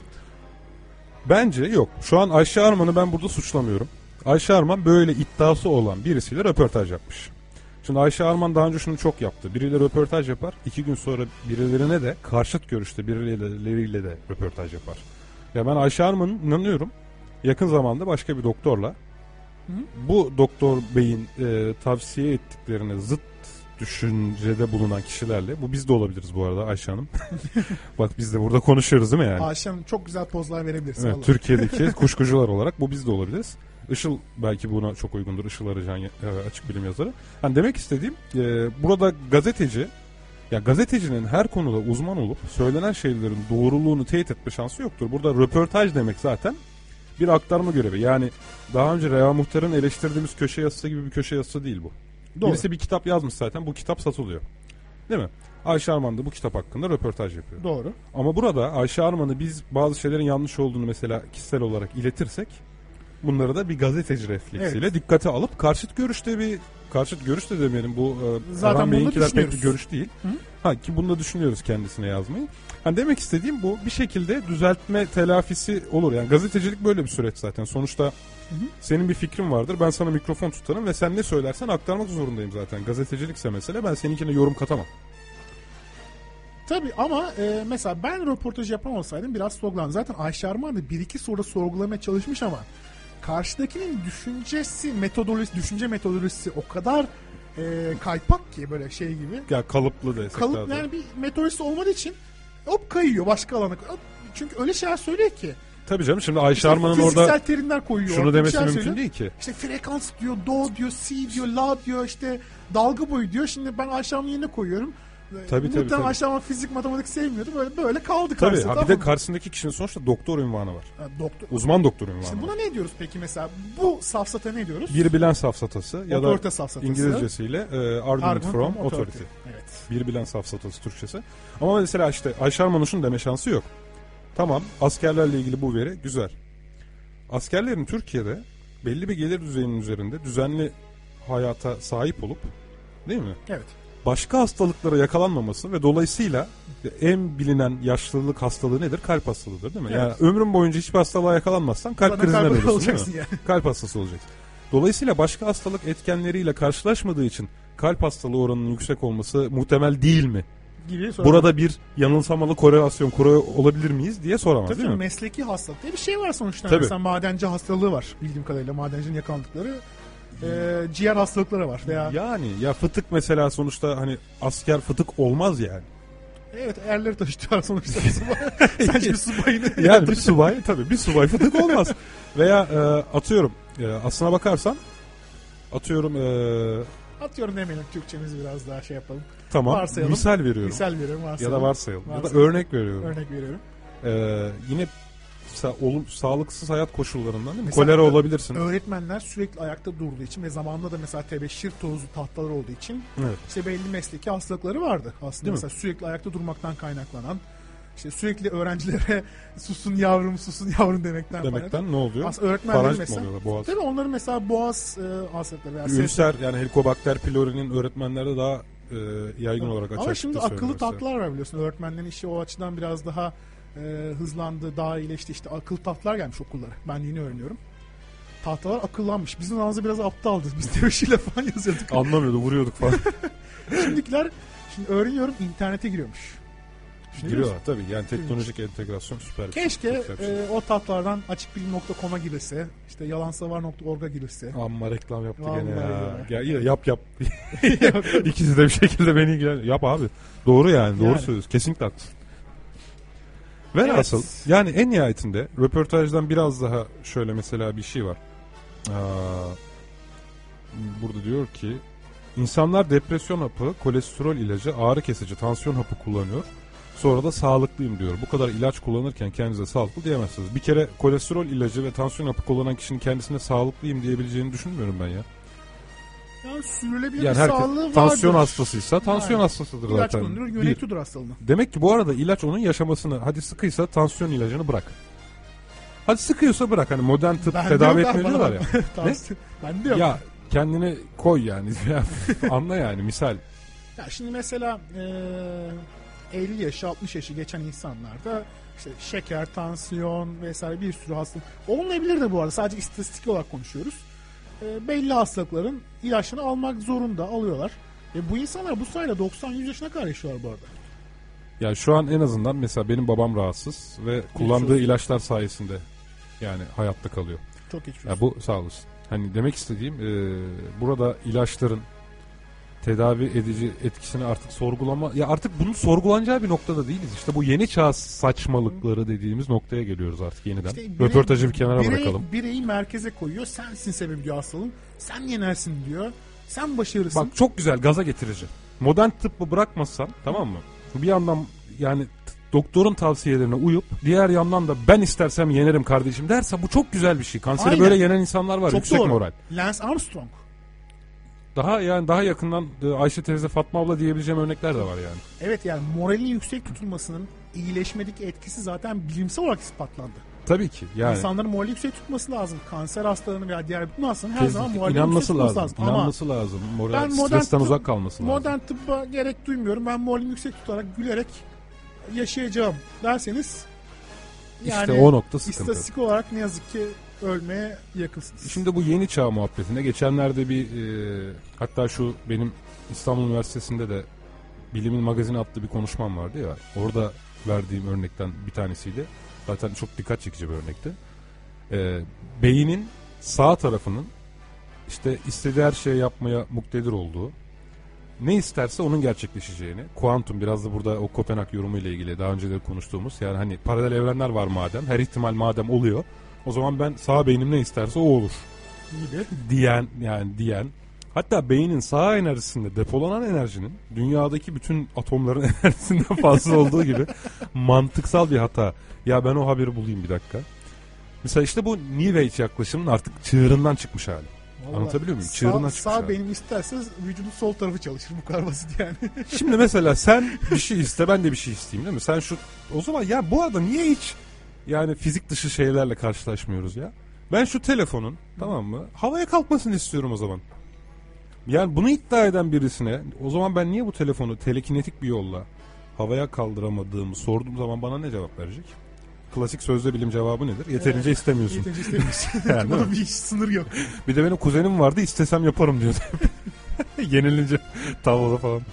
Bence yok. Şu an Ayşe Arman'ı ben burada suçlamıyorum. Ayşe Arman böyle iddiası olan birisiyle röportaj yapmış. Şimdi Ayşe Arman daha önce şunu çok yaptı. Biriyle röportaj yapar. iki gün sonra birilerine de karşıt görüşte birileriyle de röportaj yapar. Ya ben Ayşe Arman'ın inanıyorum. Yakın zamanda başka bir doktorla Hı? bu doktor beyin e, tavsiye ettiklerine zıt düşüncede bulunan kişilerle, bu biz de olabiliriz bu arada Ayşe Hanım. Bak biz de burada konuşuyoruz değil mi yani? Ayşem çok güzel pozlar verebilirsin. Evet, vallahi. Türkiye'deki kuşkucular olarak bu biz de olabiliriz. Işıl belki buna çok uygundur. Işıl Arıcan e, açık bilim yazarı. Yani demek istediğim e, burada gazeteci, ya gazetecinin her konuda uzman olup söylenen şeylerin doğruluğunu teyit etme şansı yoktur. Burada röportaj demek zaten bir aktarma görevi. Yani daha önce Reha Muhtar'ın eleştirdiğimiz köşe yazısı gibi bir köşe yazısı değil bu. Doğru. Birisi bir kitap yazmış zaten, bu kitap satılıyor. Değil mi? Ayşe Arman da bu kitap hakkında röportaj yapıyor. Doğru. Ama burada Ayşe Arman'ı biz bazı şeylerin yanlış olduğunu mesela kişisel olarak iletirsek, bunları da bir gazeteci refleksiyle Evet. dikkate alıp karşıt görüşte bir karşıt görüş de demeyelim, bu e, Zaten Erhan bunu Bey'inkiler pek düşünüyoruz. bir görüş değil. Hı? Ha ki bunu da düşünüyoruz kendisine yazmayı. Hani demek istediğim bu, bir şekilde düzeltme telafisi olur. Yani gazetecilik böyle bir süreç zaten. Sonuçta Hı hı. senin bir fikrin vardır. Ben sana mikrofon tutarım ve sen ne söylersen aktarmak zorundayım zaten. Gazetecilikse mesele, ben seninkine yorum katamam. Tabii ama e, mesela ben röportaj yapan olsaydım biraz sorgulardım. Zaten Ayşe Arman da bir iki soru sorgulamaya çalışmış ama karşıdakinin düşüncesi, metodolojisi, düşünce metodolojisi o kadar e, kaypak ki böyle şey gibi. Ya kalıplı desek Kalıp daha doğru. yani bir metodolojisi olmadığı için hop kayıyor başka alana. Hop, çünkü öyle şeyler söylüyor ki. Tabii canım, şimdi Ayşe İşte Arman'ın fiziksel orada terimler koyuyor. şunu Bir demesi şeyler mümkün söylüyor. değil ki. İşte frekans diyor, do diyor, si diyor, la diyor, işte dalga boyu diyor. Şimdi ben Ayşe Arman'ın yerine koyuyorum. Tabii, tabii, Muhtemelen tabii. Ayşe Arman fizik matematik sevmiyordu. Böyle böyle kaldı Tabii karşısında. ha, bir tamam de mı? karşısındaki kişinin sonuçta doktor unvanı var. Ha, doktor. Uzman doktor unvanı İşte var. buna ne diyoruz peki mesela? Bu safsata ne diyoruz? Bir bilen safsatası ya da Otorite safsatası. İngilizcesiyle e, argument, Argument from, from authority. Evet. Bir bilen safsatası Türkçesi. Ama mesela işte Ayşe Arman'ın şunu deme şansı yok. Tamam, askerlerle ilgili bu veri güzel. Askerlerin Türkiye'de belli bir gelir düzeyinin üzerinde düzenli hayata sahip olup, değil mi? Evet. Başka hastalıklara yakalanmaması ve dolayısıyla en bilinen yaşlılık hastalığı nedir? Kalp hastalığıdır, değil mi? Evet. Yani ömrün boyunca hiçbir hastalığa yakalanmazsan kalp Zaten krizinden kalp ölürsün, değil olacaksın mi? yani. Kalp hastası olacaksın. Dolayısıyla başka hastalık etkenleriyle karşılaşmadığı için kalp hastalığı oranının yüksek olması muhtemel değil mi? gibi soramaz. Burada bir yanılsamalı korelasyon kuruyor olabilir miyiz diye soramaz Tabii değil mi? mesleki hastalık diye bir şey var sonuçta. Tabii. Mesela madenci hastalığı var bildiğim kadarıyla. Madencinin yakalandıkları e, ciğer hastalıkları var. Veya Yani ya fıtık mesela sonuçta hani asker fıtık olmaz yani. evet erleri taşıtıyorlar sonuçta. Sen şimdi subayını... Yani bir subay tabii bir subay fıtık olmaz. Veya e, atıyorum e, aslına bakarsan atıyorum e, Atıyorum demeyelim, Türkçemizi biraz daha şey yapalım. tamam Varsayalım. misal veriyorum. Misal veriyorum, Ya varsayalım. da varsayalım. Ya da Varsayalım. örnek veriyorum. Örnek veriyorum. Ee, yine sa- olum, sağlıksız hayat koşullarından değil mi? Mesela Kolera ö- olabilirsin. Öğretmenler sürekli ayakta durduğu için ve zamanında da mesela tebeşir tozu tahtalar olduğu için Evet. işte belli mesleki hastalıkları vardı aslında. Değil mi? Mesela sürekli ayakta durmaktan kaynaklanan, işte sürekli öğrencilere susun yavrum susun yavrum demekten Demekten ne oluyor? Aslında öğretmenlerin Parazit mi mesela oluyorlar, boğaz? tabii onların mesela boğaz e, hastalıkları veya ses- Ülser yani Helicobacter pylori'nin öğretmenlerde daha e, yaygın olarak açığa Ama şimdi çıktığı akıllı söyleniyor. tahtlar var biliyorsun. Öğretmenlerin işi o açıdan biraz daha e, hızlandı, daha iyileşti. İşte akıllı tahtlar gelmiş okullara. Ben yeni öğreniyorum. Tahtalar akıllanmış. Bizim ağzı biraz aptaldı. Biz tebeşirle falan yazıyorduk. Anlamıyordu, vuruyorduk falan. Şimdikiler, şimdi öğreniyorum, internete giriyormuş. Giriyorlar tabii. Yani teknolojik entegrasyon süper. Keşke süper bir şey. e, o tahtalardan açıkbilim nokta com'a girilse, işte yalansavar nokta org'a girilse. Amma reklam yaptı Vallahi gene ya. ya. Ya iyi, yap yap. İkisi de bir şekilde beni ilgilen. Yap abi. Doğru yani. Doğru Yani. söylüyorsun. Kesinlikle haklısın. Velhasıl Evet. yani en nihayetinde röportajdan biraz daha şöyle mesela bir şey var. Aa, burada diyor ki insanlar depresyon hapı, kolesterol ilacı, ağrı kesici, tansiyon hapı kullanıyor. Sonra da sağlıklıyım diyor. Bu kadar ilaç kullanırken kendinize sağlıklı diyemezsiniz. Bir kere kolesterol ilacı ve tansiyon hapı kullanan kişinin kendisine sağlıklıyım diyebileceğini düşünmüyorum ben ya. Yani sürülebilir Yani bir herkes sağlığı vardır. tansiyon hastasıysa tansiyon Yani. hastasıdır İlaç zaten. kullanıyor, Bir. yönetiyordur hastalığını. Demek ki bu arada ilaç onun yaşamasını, hadi sıkıysa tansiyon ilacını bırak. Hadi sıkıyorsa bırak, hani modern tıp Bende tedavi yok abi, etmiyor diyorlar ya. Tansiyon- Bende yok. Ya kendini koy yani. Anla yani misal. Ya şimdi mesela e, elli yaşı altmış yaşı geçen insanlarda işte şeker, tansiyon vesaire bir sürü hastalık olmayabilir de bu arada, sadece istatistik olarak konuşuyoruz. E, belli hastalıkların ilaçlarını almak zorunda alıyorlar. E, bu insanlar bu sayede doksan yüz yaşına kadar yaşıyorlar bu arada. Ya şu an en azından mesela benim babam rahatsız ve kullandığı olsun. ilaçlar sayesinde yani hayatta kalıyor. Çok geçmiş Ya olsun. bu sağ olasın. Hani demek istediğim e, burada ilaçların tedavi edici etkisini artık sorgulama, ya artık bunun sorgulanacağı bir noktada değiliz. İşte bu yeni çağ saçmalıkları dediğimiz noktaya geliyoruz artık yeniden. İşte birey- Röportajı bir kenara birey- bırakalım. Bireyi merkeze koyuyor. Sensin sebebi diyor hastalığın. Sen yenersin diyor. Sen başarırsın. Bak çok güzel, gaza getirici. Modern tıbbı bırakmazsan, tamam mı? Bir yandan yani t- doktorun tavsiyelerine uyup diğer yandan da ben istersem yenerim kardeşim derse bu çok güzel bir şey. Kanseri Aynen. böyle yenen insanlar var. Çok Yüksek doğru. moral. Lance Armstrong. Daha yani daha yakından e, Ayşe teyze, Fatma abla diyebileceğim örnekler de var yani. Evet, yani moralin yüksek tutulmasının iyileşmedeki etkisi zaten bilimsel olarak ispatlandı. Tabii ki yani. İnsanların morali yüksek tutması lazım. Kanser hastalarının veya diğer bütün hastaların her zaman Kesinlikle morali inanması yüksek tutması lazım. lazım. İnanması lazım. Moral, ben modern stresten tıp- uzak kalması Ama lazım. modern tıbba gerek duymuyorum. Ben moralimi yüksek tutarak gülerek yaşayacağım derseniz yani İşte o nokta sıkıntı. istatistik olarak ne yazık ki ölmeye yakınsınız. Şimdi bu yeni çağ muhabbetinde geçenlerde bir e, hatta şu benim İstanbul Üniversitesi'nde de Bilimin Magazini adlı bir konuşmam vardı ya, orada verdiğim örnekten bir tanesiydi. Zaten çok dikkat çekici bir örnekti. E, beynin sağ tarafının işte istediği her şeyi yapmaya muktedir olduğu, ne isterse onun gerçekleşeceğini, kuantum biraz da burada o Kopenhag yorumu ile ilgili daha önceleri konuştuğumuz, yani hani paralel evrenler var madem, her ihtimal madem oluyor, o zaman ben sağ beynim ne isterse o olur gibi. diyen yani diyen, hatta beynin sağ enerjisinde depolanan enerjinin dünyadaki bütün atomların enerjisinden fazla olduğu gibi mantıksal bir hata. Ya ben o haberi bulayım bir dakika. Mesela işte bu New Age yaklaşımın artık çığırından çıkmış hali. Vallahi Anlatabiliyor muyum? Sağ, Çığırından çıkmış sağ hali. benim isterse vücudun sol tarafı çalışır. Bu kadar basit yani. Şimdi mesela sen bir şey iste, ben de bir şey isteyeyim değil mi? Sen şu, o zaman ya bu arada niye hiç yani fizik dışı şeylerle karşılaşmıyoruz ya? Ben şu telefonun, tamam mı, havaya kalkmasını istiyorum o zaman. Yani bunu iddia eden birisine o zaman ben niye bu telefonu telekinetik bir yolla havaya kaldıramadığımı sorduğum zaman bana ne cevap verecek? Klasik sözde bilim cevabı nedir? Yeterince Evet. istemiyorsun. Yeterince istemiyorsun. Yani değil mi? Buna bir sınır yok. Bir de benim kuzenim vardı, istesem yaparım diyordu. Yenilince tavada falan.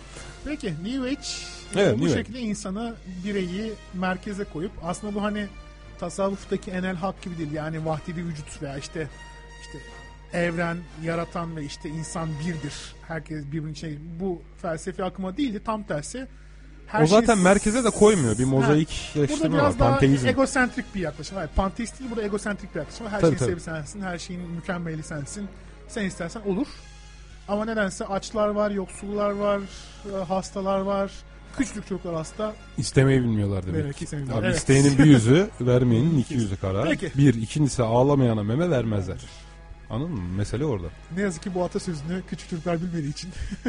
Peki New Age evet, e, bu New şekilde Age. insanı, bireyi merkeze koyup aslında bu hani tasavvuftaki enel hak gibi değil. Yani vahdi vücut veya işte işte evren, yaratan ve işte insan birdir. Herkes birbirinin içine, bu felsefi akıma değil de tam tersi. Her o zaten şey... merkeze de koymuyor. Bir mozaikleştirme var. Burada biraz daha Panteizm. egosentrik bir yaklaşım. Hayır, panteist değil, burada egosentrik bir yaklaşım. Her tabii, şeyin sebebi sensin, her şeyin mükemmeli sensin. Sen istersen olur. Ama nedense açlar var, yoksullar var, hastalar var. Küçük çocuklar hasta. İstemeyi bilmiyorlar demek. Demek ki Abi evet. isteyenin bir yüzü, vermeyenin iki yüzü kara. Peki. Bir, ikincisi ağlamayana meme vermezler. Anladın mı? Mesele orada. Ne yazık ki bu atasözünü küçük çocuklar bilmediği için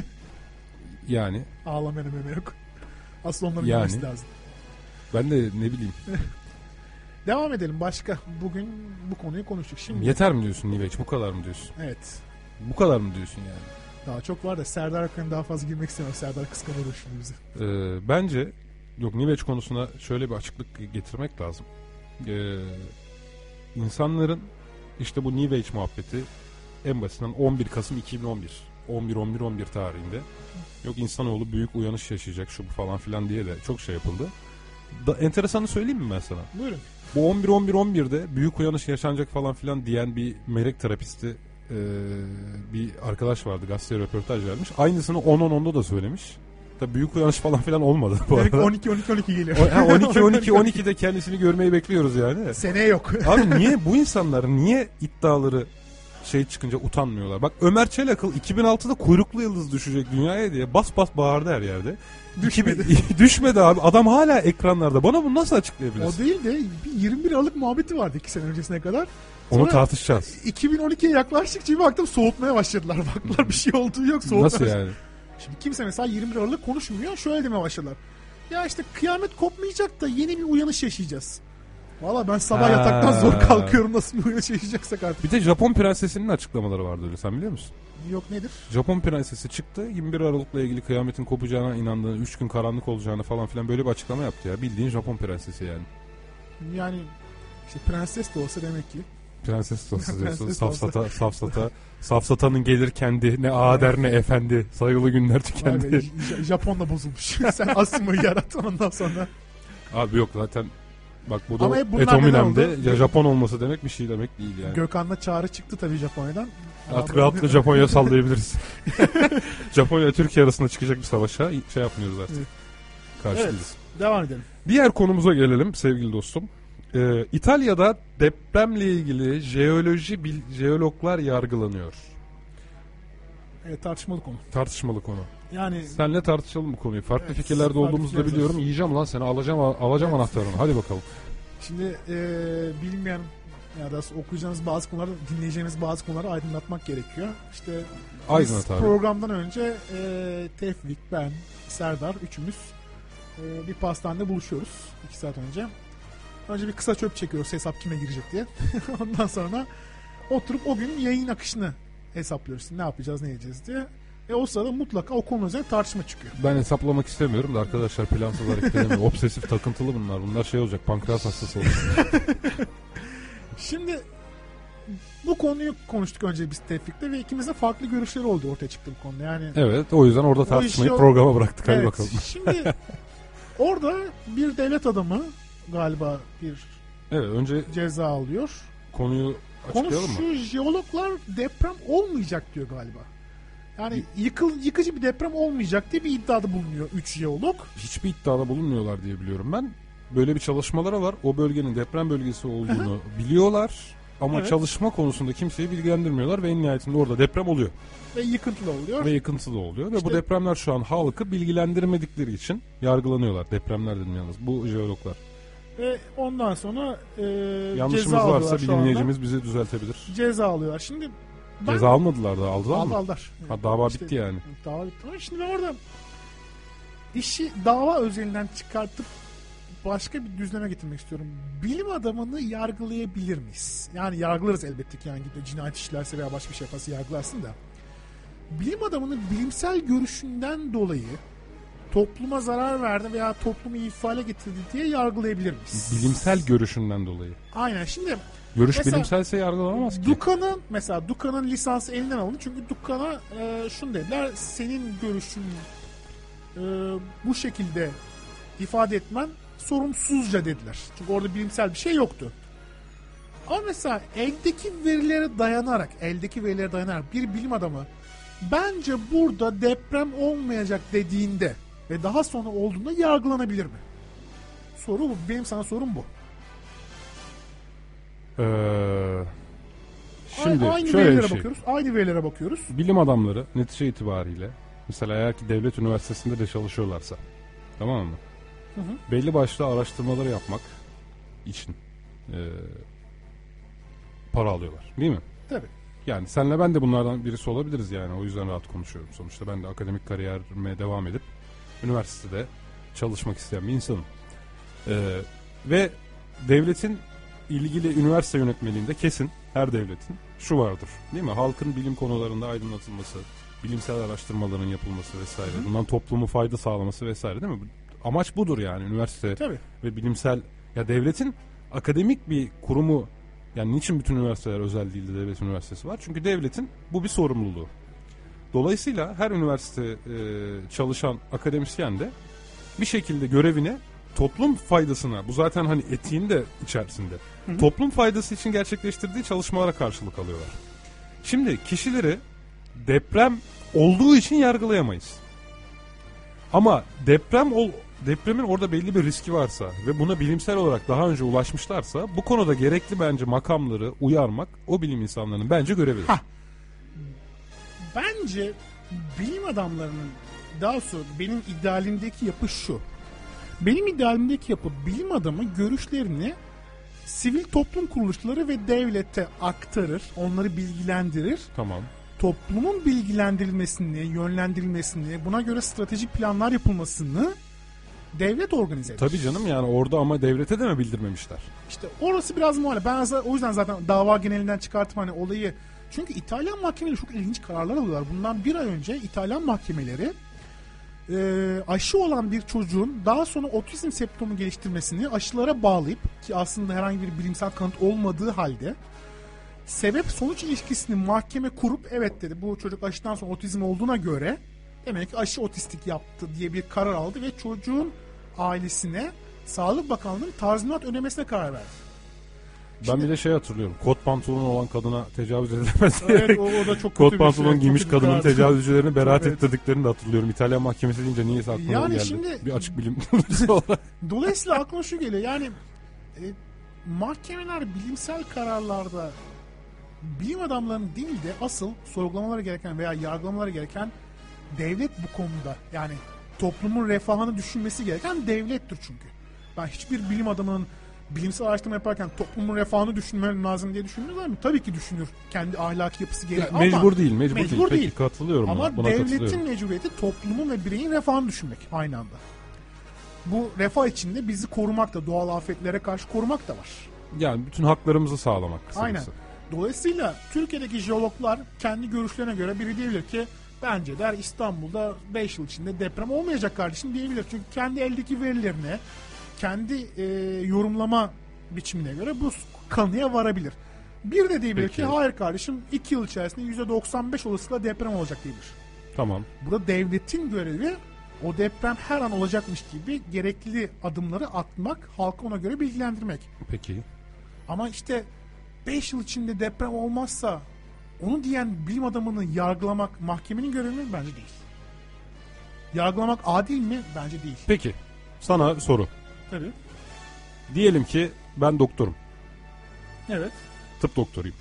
yani. Ağlamayana meme yok. Asıl onların yani, bilmesi lazım. Ben de ne bileyim. Devam edelim başka. Bugün bu konuyu konuştuk. Şimdi yeter mi diyorsun New Age? Bu kadar mı diyorsun? Evet. Bu kadar mı diyorsun yani? Daha çok var da Serdar Akın'a daha fazla girmek istemiyorum. Serdar kıskanır şimdi bizi. Ee, bence yok New Age konusuna şöyle bir açıklık getirmek lazım. Ee, insanların işte bu New Age muhabbeti en basitinden on bir Kasım iki bin on bir on bir on bir on bir tarihinde yok insanoğlu büyük uyanış yaşayacak şu bu falan filan diye de çok şey yapıldı. Da, enteresanı söyleyeyim mi ben sana? Buyurun. Bu on bir on bir on birde büyük uyanış yaşanacak falan filan diyen bir melek terapisti e, bir arkadaş vardı, gazeteye röportaj vermiş. Aynısını on on onda da söylemiş. Tabii büyük uyanış falan filan olmadı bu arada. on iki on iki on iki geliyor. on iki on iki on ikide kendisini görmeyi bekliyoruz yani. Seneye yok. Abi niye bu insanlar niye iddiaları şey çıkınca utanmıyorlar? Bak Ömer Çelakıl iki bin altıda kuyruklu yıldız düşecek dünyaya diye bas bas bağırdı her yerde. Düşmedi. Düşmedi abi. Adam hala ekranlarda. Bana bunu nasıl açıklayabilirsin? O değil de bir yirmi bir Aralık muhabbeti vardı iki sene öncesine kadar. Onu Sonra tartışacağız. iki bin on ikiye yaklaştıkça bir baktım soğutmaya başladılar. Baktılar bir şey olduğu yok, soğutmaya Nasıl başladılar. yani? Şimdi kimse mesela yirmi bir Aralık konuşmuyor. Şöyle demeye başladılar. Ya işte kıyamet kopmayacak da yeni bir uyanış yaşayacağız. Valla ben sabah Ha. yataktan zor kalkıyorum, nasıl bir uyanış yaşayacaksak artık. Bir de Japon prensesinin açıklamaları vardı öyle, sen biliyor musun? Yok, nedir? Japon prensesi çıktı, yirmi bir Aralık'la ilgili kıyametin kopacağına inandığını, üç gün karanlık olacağını falan filan böyle bir açıklama yaptı ya. Bildiğin Japon prensesi yani. Yani işte prenses de olsa demek ki. Prenses de olsa diyorsun. Prenses Safsata, safsata. Safsatanın gelir kendi, ne ağa der ne efendi. Sayılı günler Vay tükendi. be, J- Japon'la bozulmuş. Sen Asima'yı yarat, ondan sonra. Abi yok zaten. Bak bu Ama da hep bunlar Etominem'de neden oldu? ya Japon olması demek bir şey demek değil yani. Gökhan'la Çağrı çıktı tabii Japonya'dan. Artık Ama- rahatlıkla Japonya sallayabiliriz. Japonya Türkiye arasında çıkacak bir savaşa şey yapmıyoruz artık. Evet. Karşıyız. Evet, devam edelim. Diğer konumuza gelelim sevgili dostum. Ee, İtalya'da depremle ilgili jeoloji bil, jeologlar yargılanıyor. Evet, tartışmalı konu. Tartışmalı konu. Yani Senle tartışalım bu konuyu. Farklı Evet, fikirlerde farklı olduğumuzu da fikirler biliyorum. var. Yiyeceğim lan seni. Alacağım alacağım Evet. anahtarını. Hadi bakalım. şimdi e, bilmeyen ya da okuyacağınız bazı konuları, dinleyeceğimiz bazı konuları aydınlatmak gerekiyor. İşte biz Aydınlat abi. programdan önce e, Tevfik, ben, Serdar üçümüz e, bir pastanede buluşuyoruz iki saat önce. Önce bir kısa çöp çekiyoruz hesap kime girecek diye. Ondan sonra oturup o gün yayın akışını hesaplıyoruz. Ne yapacağız, ne yiyeceğiz diye. E o sırada mutlaka o konu üzerine tartışma çıkıyor. Ben hesaplamak istemiyorum da arkadaşlar plansız hareket edemiyor. Obsesif takıntılı bunlar. Bunlar şey olacak. Pankreas hastası olacak. Şimdi bu konuyu konuştuk önce biz Tevfik'le ve ikimizde farklı görüşleri oldu, ortaya çıktı bu konuda. Yani Evet, o yüzden orada tartışmayı işi o- programa bıraktık. Hadi evet, bakalım. şimdi orada bir devlet adamı galiba bir Evet, önce ceza alıyor. konuyu Konu açıklayalım mı? şu: jeologlar deprem olmayacak diyor galiba. Yani yıkıl, yıkıcı bir deprem olmayacak diye bir iddiada bulunuyor üç jeolog. Hiçbir iddiada bulunmuyorlar diye biliyorum ben. Böyle bir çalışmaları var. O bölgenin deprem bölgesi olduğunu biliyorlar. Ama Evet. çalışma konusunda kimseyi bilgilendirmiyorlar ve en nihayetinde orada deprem oluyor. Ve yıkıntılı oluyor. Ve yıkıntılı oluyor. Ve İşte- bu depremler şu an halkı bilgilendirmedikleri için yargılanıyorlar. Depremler dedim yalnız. Bu jeologlar. Ve ondan sonra e, Yanlışımız ceza alıyorlar varsa şu bir anda. dinleyicimiz bizi düzeltebilir. Ceza alıyorlar. Şimdi ben... Ceza almadılar da aldılar Aldı, mı? aldılar. Ha, dava İşte- bitti yani. Dava bitti. Ama şimdi ben orada işi dava özelinden çıkartıp başka bir düzleme getirmek istiyorum. Bilim adamını yargılayabilir miyiz? Yani yargılarız elbette ki, yani gidip cinayet işlerse veya başka bir şey yaparsa yargılarsın da. Bilim adamının bilimsel görüşünden dolayı topluma zarar verdi veya toplumu ifade getirdi diye yargılayabilir miyiz? Bilimsel görüşünden dolayı. Aynen. Şimdi Görüş Mesela- bilimselse yargılanamaz ki. Duka'nın mesela Duka'nın lisansı elinden alındı çünkü Duka'na e, şunu dediler: senin görüşün e, bu şekilde ifade etmen sorumsuzca dediler. Çünkü orada bilimsel bir şey yoktu. Ama mesela eldeki verilere dayanarak, eldeki verilere dayanarak bir bilim adamı bence burada deprem olmayacak dediğinde ve daha sonra olduğunda yargılanabilir mi? Soru bu. Benim sana sorum bu. Ee, şimdi aynı şöyle verilere bir şey. bakıyoruz. Aynı verilere bakıyoruz. Bilim adamları netice itibariyle mesela eğer ki devlet üniversitesinde de çalışıyorlarsa, tamam mı? Hı hı. Belli başlı araştırmaları yapmak için e, para alıyorlar, değil mi? Tabii. Yani senle ben de bunlardan birisi olabiliriz yani. O yüzden rahat konuşuyorum sonuçta. Ben de akademik kariyerime devam edip üniversitede çalışmak isteyen bir insanım. Ee, ve devletin ilgili üniversite yönetmeliğinde kesin her devletin şu vardır, değil mi? Halkın bilim konularında aydınlatılması, bilimsel araştırmaların yapılması vesaire. Hı. Bundan toplumu fayda sağlaması vesaire, değil mi? Amaç budur yani üniversite. Tabii. Ve bilimsel, ya devletin akademik bir kurumu, yani niçin bütün üniversiteler özel değil de devlet üniversitesi var? Çünkü devletin bu bir sorumluluğu. Dolayısıyla her üniversite e, çalışan akademisyen de bir şekilde görevine toplum faydasına, bu zaten hani etiğin de içerisinde, hı hı. toplum faydası için gerçekleştirdiği çalışmalara karşılık alıyorlar. Şimdi kişileri deprem olduğu için yargılayamayız. Ama deprem ol, depremin orada belli bir riski varsa ve buna bilimsel olarak daha önce ulaşmışlarsa bu konuda gerekli bence makamları uyarmak o bilim insanlarının bence görevidir. Hah. Bence bilim adamlarının, daha doğrusu benim idealimdeki yapı şu. Benim idealimdeki yapı, bilim adamı görüşlerini sivil toplum kuruluşları ve devlete aktarır, onları bilgilendirir. Tamam. Toplumun bilgilendirilmesini, yönlendirilmesini, buna göre stratejik planlar yapılmasını devlet organize eder. Tabii canım, yani orada ama devlete de mi bildirmemişler? İşte orası biraz muhalif. Ben o yüzden zaten dava genelinden çıkartıp hani olayı... Çünkü İtalyan mahkemeleri çok ilginç kararlar alıyorlar. Bundan bir ay önce İtalyan mahkemeleri e, aşı olan bir çocuğun daha sonra otizm semptomu geliştirmesini aşılara bağlayıp, ki aslında herhangi bir bilimsel kanıt olmadığı halde, sebep sonuç ilişkisini mahkeme kurup evet dedi, bu çocuk aşıdan sonra otizm olduğuna göre demek ki aşı otistik yaptı diye bir karar aldı ve çocuğun ailesine Sağlık Bakanlığı'nın tazminat ödemesine karar verdi. Ben İşte, bir de şey hatırlıyorum. Kot pantolonu olan kadına tecavüz edilemez. Evet, o, o da çok Kot kötü pantolon bir şey. giymiş Çok kötü kadının bir karar. tecavüzcülerini beraat Evet. ettirdiklerini de hatırlıyorum. İtalyan mahkemesi deyince niyeyse aklıma Yani geldi. şimdi- Bir açık bilim olarak. Dolayısıyla aklıma şu geliyor. Yani e, mahkemeler bilimsel kararlarda bilim adamlarının değil de asıl sorgulamaları gereken veya yargılamaları gereken devlet bu konuda. Yani toplumun refahını düşünmesi gereken devlettir çünkü. Ben hiçbir bilim adamının bilimsel araştırma yaparken toplumun refahını düşünmem lazım diye düşünmüyor mu? Tabii ki düşünür. Kendi ahlaki yapısı gereği. Ya, ama mecbur değil, mecbur, mecbur değil. Peki, değil. katılıyorum Ama buna. Buna devletin katılıyorum. mecburiyeti toplumun ve bireyin refahını düşünmek aynı anda. Bu refah içinde bizi korumak da, doğal afetlere karşı korumak da var. Yani bütün haklarımızı sağlamak. Aynen. kısacası. Dolayısıyla Türkiye'deki jeologlar kendi görüşlerine göre biri diyebilir ki bence der İstanbul'da beş yıl içinde deprem olmayacak kardeşim diyebilir. Çünkü kendi eldeki verilerine, kendi e, yorumlama biçimine göre bu kanıya varabilir. Bir de diyebilir Peki. ki hayır kardeşim iki yıl içerisinde yüzde doksan beş olasılıkla deprem olacak diyebilir. Tamam. Burada devletin görevi o deprem her an olacakmış gibi gerekli adımları atmak, halkı ona göre bilgilendirmek. Peki. Ama işte beş yıl içinde deprem olmazsa onu diyen bilim adamını yargılamak mahkemenin görevi mi? Bence değil. Yargılamak adil mi? Bence değil. Peki. Sana soru. Tabii. Diyelim ki ben doktorum. Evet. Tıp doktoruyum.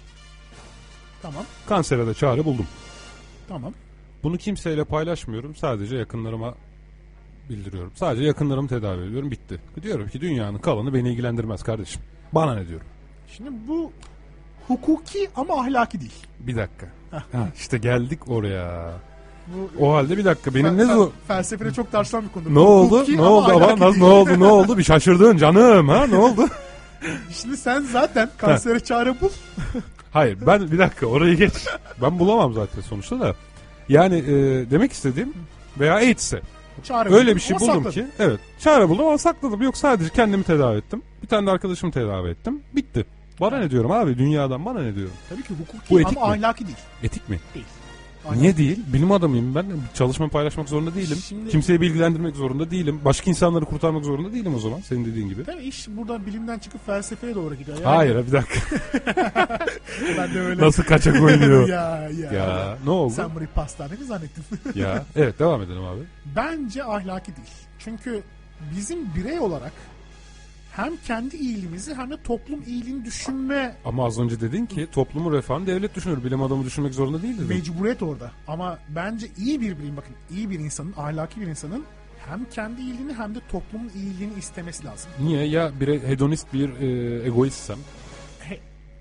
Tamam. Kansere de çare buldum. Tamam. Bunu kimseyle paylaşmıyorum. Sadece yakınlarıma bildiriyorum. Sadece yakınlarımı tedavi ediyorum. Bitti. Diyorum ki dünyanın kalanı beni ilgilendirmez kardeşim. Bana ne diyorum. Şimdi bu hukuki ama ahlaki değil. Bir dakika. Ha, işte geldik oraya. Bu O halde bir dakika. Benim ne fel- zor... felsefede çok tartışılan bir konudur. Ne oldu? Hukuki Ne ama oldu? Ama ahlaki nasıl ne değil. oldu? Ne oldu? Bir şaşırdın canım, ha? Ne oldu? Şimdi sen zaten kansere çare bul. Hayır, ben bir dakika orayı geç. Ben bulamam zaten sonuçta da. Yani e, demek istediğim veya AIDS'e Çare öyle buldun bir şey ama buldum sakladın. ki, evet, çare buldum ama sakladım. Yok, sadece kendimi tedavi ettim. Bir tane de arkadaşımı tedavi ettim. Bitti. Bana ne diyorum abi, dünyadan bana ne diyorum. Tabii ki hukuki Bu etik ama mi? ahlaki değil. Etik mi? Değil. Niye değil? Bilim adamıyım ben. Çalışma paylaşmak zorunda değilim. Şimdi... Kimseyi bilgilendirmek zorunda değilim. Başka insanları kurtarmak zorunda değilim o zaman. Senin dediğin gibi. Tabii iş burada bilimden çıkıp felsefeye doğru gidiyor. Yani... Hayır bir dakika. Ben de öyle. Nasıl kaçak oynuyor? ya, ya. Ya ne oldu? Sen burayı pastane mi zannettin? Ya evet devam edelim abi. Bence ahlaki değil. Çünkü bizim birey olarak hem kendi iyiliğimizi hem de toplum iyiliğini düşünme... Ama az önce dedin ki toplumun refahını devlet düşünür. Bilim adamı düşünmek zorunda değil dedin. Mecburiyet orada. Ama bence iyi bir bilim, bakın iyi bir insanın, ahlaki bir insanın hem kendi iyiliğini hem de toplumun iyiliğini istemesi lazım. Niye? Ya bir hedonist bir e, egoistsem. He.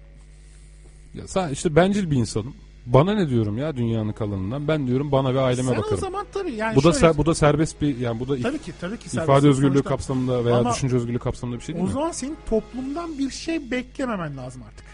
Ya sen işte bencil bir insanım. Bana ne diyorum ya dünyanın kalanından? Ben diyorum bana ve aileme Sen bakarım. o zaman tabii yani bu da şöyle... ser, bu da serbest bir yani bu da tabii ki tabii ki ifade özgürlüğü sonuçta. kapsamında veya Ama düşünce özgürlüğü kapsamında bir şey değil o mi? zaman senin toplumdan bir şey beklememen lazım artık.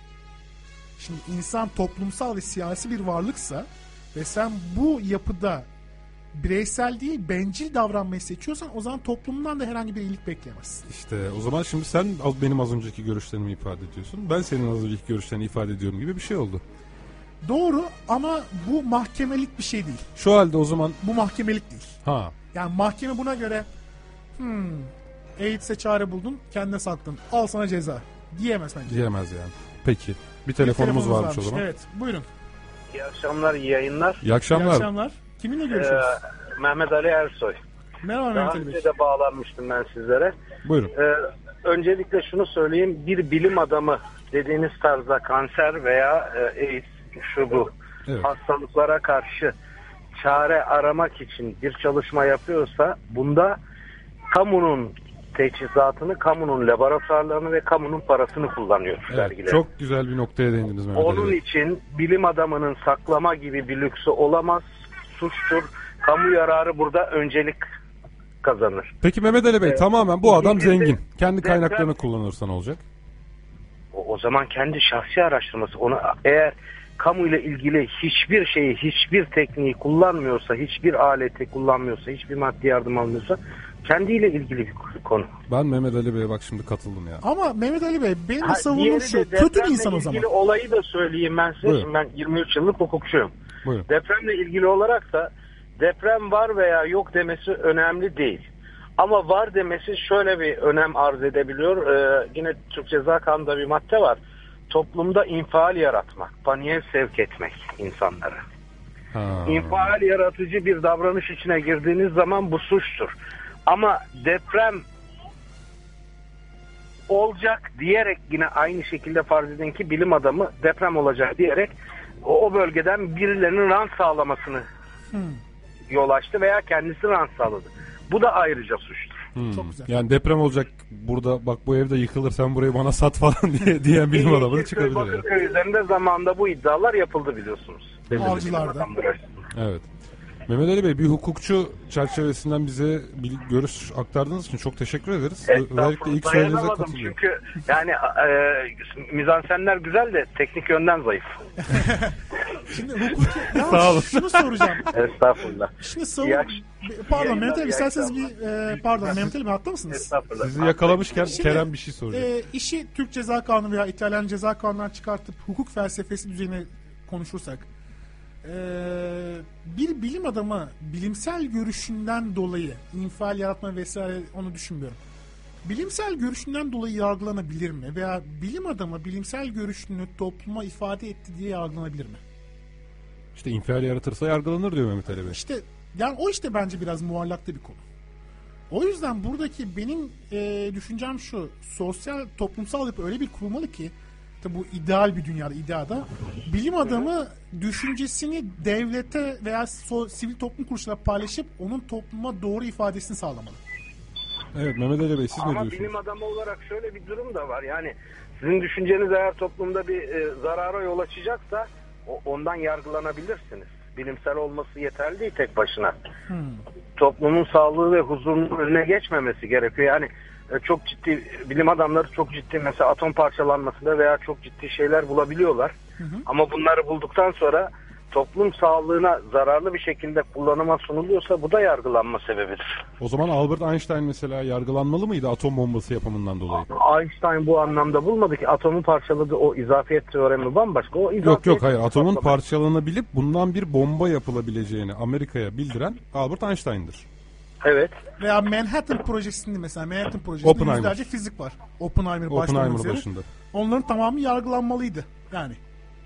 Şimdi insan toplumsal ve siyasi bir varlıksa ve sen bu yapıda bireysel değil bencil davranmayı seçiyorsan o zaman toplumdan da herhangi bir iyilik bekleyemezsin. İşte o zaman şimdi sen benim az önceki görüşlerimi ifade ediyorsun. Ben senin az önceki görüşlerini ifade ediyorum gibi bir şey oldu. Doğru ama bu mahkemelik bir şey değil. Şu halde o zaman... Bu mahkemelik değil. Ha. Yani mahkeme buna göre hmm, AIDS'e çare buldun, kendine sattın, al sana ceza diyemez bence. Diyemez yani. Peki. Bir telefonumuz, bir telefonumuz varmış, varmış o zaman. Evet, buyurun. İyi akşamlar, iyi yayınlar. İyi akşamlar. İyi akşamlar. Kiminle görüşüyoruz? Ee, Mehmet Ali Ersoy. Merhaba Mehmet Ali Bey. Daha önce de bağlanmıştım ben sizlere. Buyurun. Ee, öncelikle şunu söyleyeyim. Bir bilim adamı dediğiniz tarzda kanser veya e, AIDS, şu bu evet. hastalıklara karşı çare aramak için bir çalışma yapıyorsa bunda kamunun teçhizatını, kamunun laboratuvarlarını ve kamunun parasını kullanıyor evet, dergiler. Çok güzel bir noktaya değindiniz Mehmet Onun Ali. için bilim adamının saklama gibi bir lüksü olamaz, suçtur. Kamu yararı burada öncelik kazanır. Peki Mehmet Ali Bey ee, tamamen bu adam zengin. Kendi deprem, kaynaklarını kullanırsa ne olacak? O, o zaman kendi şahsi araştırması. Onu eğer kamuyla ilgili hiçbir şeyi, hiçbir tekniği kullanmıyorsa, hiçbir aleti kullanmıyorsa, hiçbir maddi yardım almıyorsa kendiyle ilgili bir konu. Ben Mehmet Ali Bey'e bak şimdi katıldım ya. Ama Mehmet Ali Bey benim de savunum şu. Kötü bir insan o zaman. Depremle ilgili olayı da söyleyeyim ben size. Şimdi ben yirmi üç yıllık hukukçuyum. Buyurun. Depremle ilgili olarak da deprem var veya yok demesi önemli değil. Ama var demesi şöyle bir önem arz edebiliyor. Ee, yine Türk Ceza Kanunu'nda bir madde var. Toplumda infial yaratmak, paniğe sevk etmek insanları. Ha. İnfial yaratıcı bir davranış içine girdiğiniz zaman bu suçtur. Ama deprem olacak diyerek yine aynı şekilde farz edin ki bilim adamı deprem olacak diyerek o, o bölgeden birilerinin rant sağlamasını hmm. yol açtı veya kendisi rant sağladı. Bu da ayrıca suçtur. Hmm. Çok güzel. Yani deprem olacak burada, bak bu evde yıkılır, sen burayı bana sat falan diye diyen bilim adamı da çıkabilir. Bakırköy yani. Üzerinde zamanında bu iddialar yapıldı biliyorsunuz. Avcılarda. Evet. Mehmet Ali Bey, bir hukukçu çerçevesinden bize bir görüş aktardığınız için çok teşekkür ederiz. Özellikle ilk söylediğinize katılıyorum. Çünkü yani e, mizansenler güzel de teknik yönden zayıf. Şimdi hukuki... Ya Sağ olun. Şunu soracağım. Estağfurullah. Şimdi savun... Pardon Mehmet Ali, isterseniz bir... E, pardon Mehmet Ali, bir hatta mısınız? Estağfurullah. Sizi yakalamışken Şimdi, Kerem bir şey soracak. E, işi Türk Ceza Kanunu veya İtalyan Ceza Kanunu'ndan çıkartıp hukuk felsefesi düzeyine konuşursak... Ee, bir bilim adamı bilimsel görüşünden dolayı infial yaratma vesaire onu düşünmüyorum. Bilimsel görüşünden dolayı yargılanabilir mi? Veya bilim adamı bilimsel görüşünü topluma ifade etti diye yargılanabilir mi? İşte infial yaratırsa yargılanır diyor Mehmet Ali Bey. İşte yani o işte bence biraz muallakta bir konu. O yüzden buradaki benim e, düşüncem şu: sosyal toplumsal yapı öyle bir kurulmalı ki, tabi bu ideal bir dünyada, ideada bilim adamı düşüncesini devlete veya so, sivil toplum kuruluşlarına paylaşıp onun topluma doğru ifadesini sağlamalı. Evet Mehmet Ali Bey, siz Ama ne diyorsunuz? Bilim adamı olarak şöyle bir durum da var. Yani sizin düşünceniz eğer toplumda bir e, zarara yol açacaksa o, ondan yargılanabilirsiniz. Bilimsel olması yeterli değil tek başına. Hmm. Toplumun sağlığı ve huzurunun önüne geçmemesi gerekiyor. Yani e, çok ciddi bilim adamları çok ciddi mesela atom parçalanmasında veya çok ciddi şeyler bulabiliyorlar. Hı hı. Ama bunları bulduktan sonra toplum sağlığına zararlı bir şekilde kullanıma sunuluyorsa bu da yargılanma sebebidir. O zaman Albert Einstein mesela yargılanmalı mıydı atom bombası yapımından dolayı? Einstein bu anlamda bulmadı ki, atomu parçaladı, o izafiyet teoremi bambaşka. O izafiyet Yok yok hayır, atomun patlamak. parçalanabilip bundan bir bomba yapılabileceğini Amerika'ya bildiren Albert Einstein'dır. Evet. Veya Manhattan projesinde mesela Manhattan projesinde Oppenheimer. yüzlerce fizik var. Oppenheimer, Oppenheimer başlamak üzere. başında. Onların tamamı yargılanmalıydı. Yani.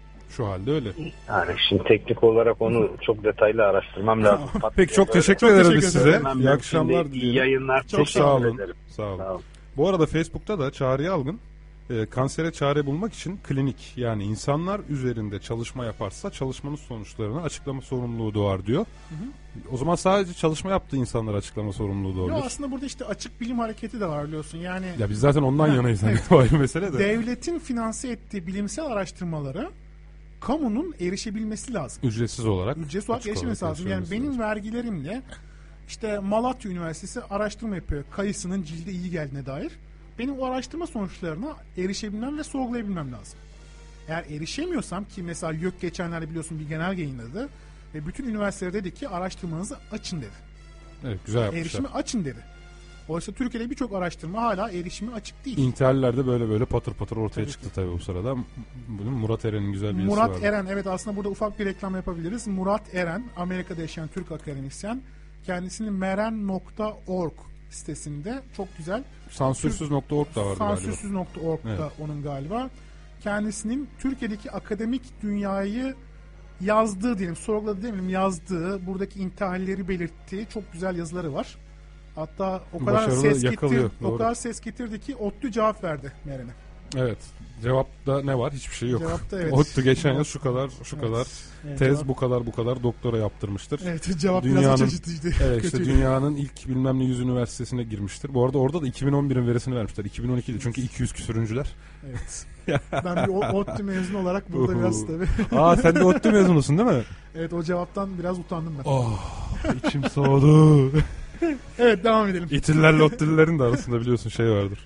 Şu halde öyle. Yani şimdi teknik olarak onu çok detaylı araştırmam lazım. Peki çok teşekkür Çok ederiz teşekkür size. ederim. İyi akşamlar İyi dilerim. yayınlar. Çok Teşekkür sağ olun. ederim. Sağ olun. Sağ olun. Bu arada Facebook'ta da Çağrı Algın e, kansere çare bulmak için klinik, yani insanlar üzerinde çalışma yaparsa çalışmanın sonuçlarını açıklama sorumluluğu doğar diyor. Hı hı. O zaman sadece çalışma yaptığı insanlar açıklama sorumluluğu doğurur. Yo, aslında burada işte açık bilim hareketi de var biliyorsun. Yani Ya biz zaten ondan yanayız. Hani evet. mesele de. Devletin finanse ettiği bilimsel araştırmalara kamunun erişebilmesi lazım. Ücretsiz olarak. Ücretsiz olarak erişebilmesi lazım. Yani benim lazım. vergilerimle işte Malatya Üniversitesi araştırma yapıyor. Kayısının cilde iyi geldiğine dair. Benim o araştırma sonuçlarına erişebilmem ve sorgulayabilmem lazım. Eğer erişemiyorsam, ki mesela YÖK geçenlerde biliyorsun bir genelge yayınladı ve bütün üniversitelere dedi ki araştırmanızı açın dedi. Evet, güzel yapmışlar. Erişimi açın dedi. Oysa Türkiye'de birçok araştırma hala erişimi açık değil. İntihallerde böyle böyle patır patır ortaya tabii çıktı tabii bu sırada. Bunun Murat Eren'in güzel bir yazısı Murat vardı. Eren, evet, aslında burada ufak bir reklam yapabiliriz. Murat Eren, Amerika'da yaşayan Türk akademisyen. Kendisinin meren nokta org sitesinde çok güzel. Sansürsüz nokta org da vardı galiba. Sansürsüz nokta org da evet. onun galiba. Kendisinin Türkiye'deki akademik dünyayı yazdığı diyelim, sorguladığı diyelim, yazdığı, buradaki intihalleri belirttiği çok güzel yazıları var. Hatta o kadar Başarılı, ses yakalıyor, getir, o kadar ses getirdi ki ODTÜ cevap verdi Meren'e. Evet. Cevapta ne var? Hiçbir şey yok. Cevapta evet. ODTÜ geçen yıl şu kadar, şu evet. kadar evet, tez cevap. bu kadar bu kadar doktora yaptırmıştır. Evet, cevap dünyanın, biraz çeşitliydi. Evet, işte dünyanın ilk bilmem ne yüz üniversitesine girmiştir. Bu arada orada da iki bin on birin verisini vermişler. iki bin on ikide çünkü iki yüz küsürüncüler. Evet. Ben bir ODTÜ mezunu olarak burada biraz tabii. Aa, sen de ODTÜ mezunusun değil mi? Evet, o cevaptan biraz utandım ben. Oh, içim soğudu. Evet, devam edelim. İtillerle ODTÜ'lülerin de arasında biliyorsun şey vardır.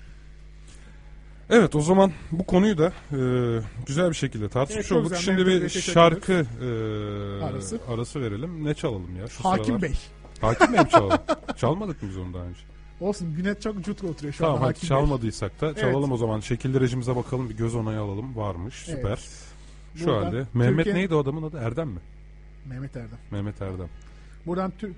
Evet, o zaman bu konuyu da e, güzel bir şekilde tartışmış evet, olduk. Şimdi bir şarkı e, arası. arası verelim. Ne çalalım ya? Şu Hakim sıralar. Bey. Hakim Bey mi çalalım? Çalmadık mı biz onu daha önce? Olsun, güne çok cut oturuyor şu tamam, anda. Tamam, hadi çalmadıysak da çalalım evet. O zaman. Şekil derecemize bakalım, bir göz onayı alalım. Varmış, süper. Evet. Şu buradan halde. Mehmet Türkiye... neydi o adamın adı? Erdem mi? Mehmet Erdem. Mehmet Erdem. Buradan Türk...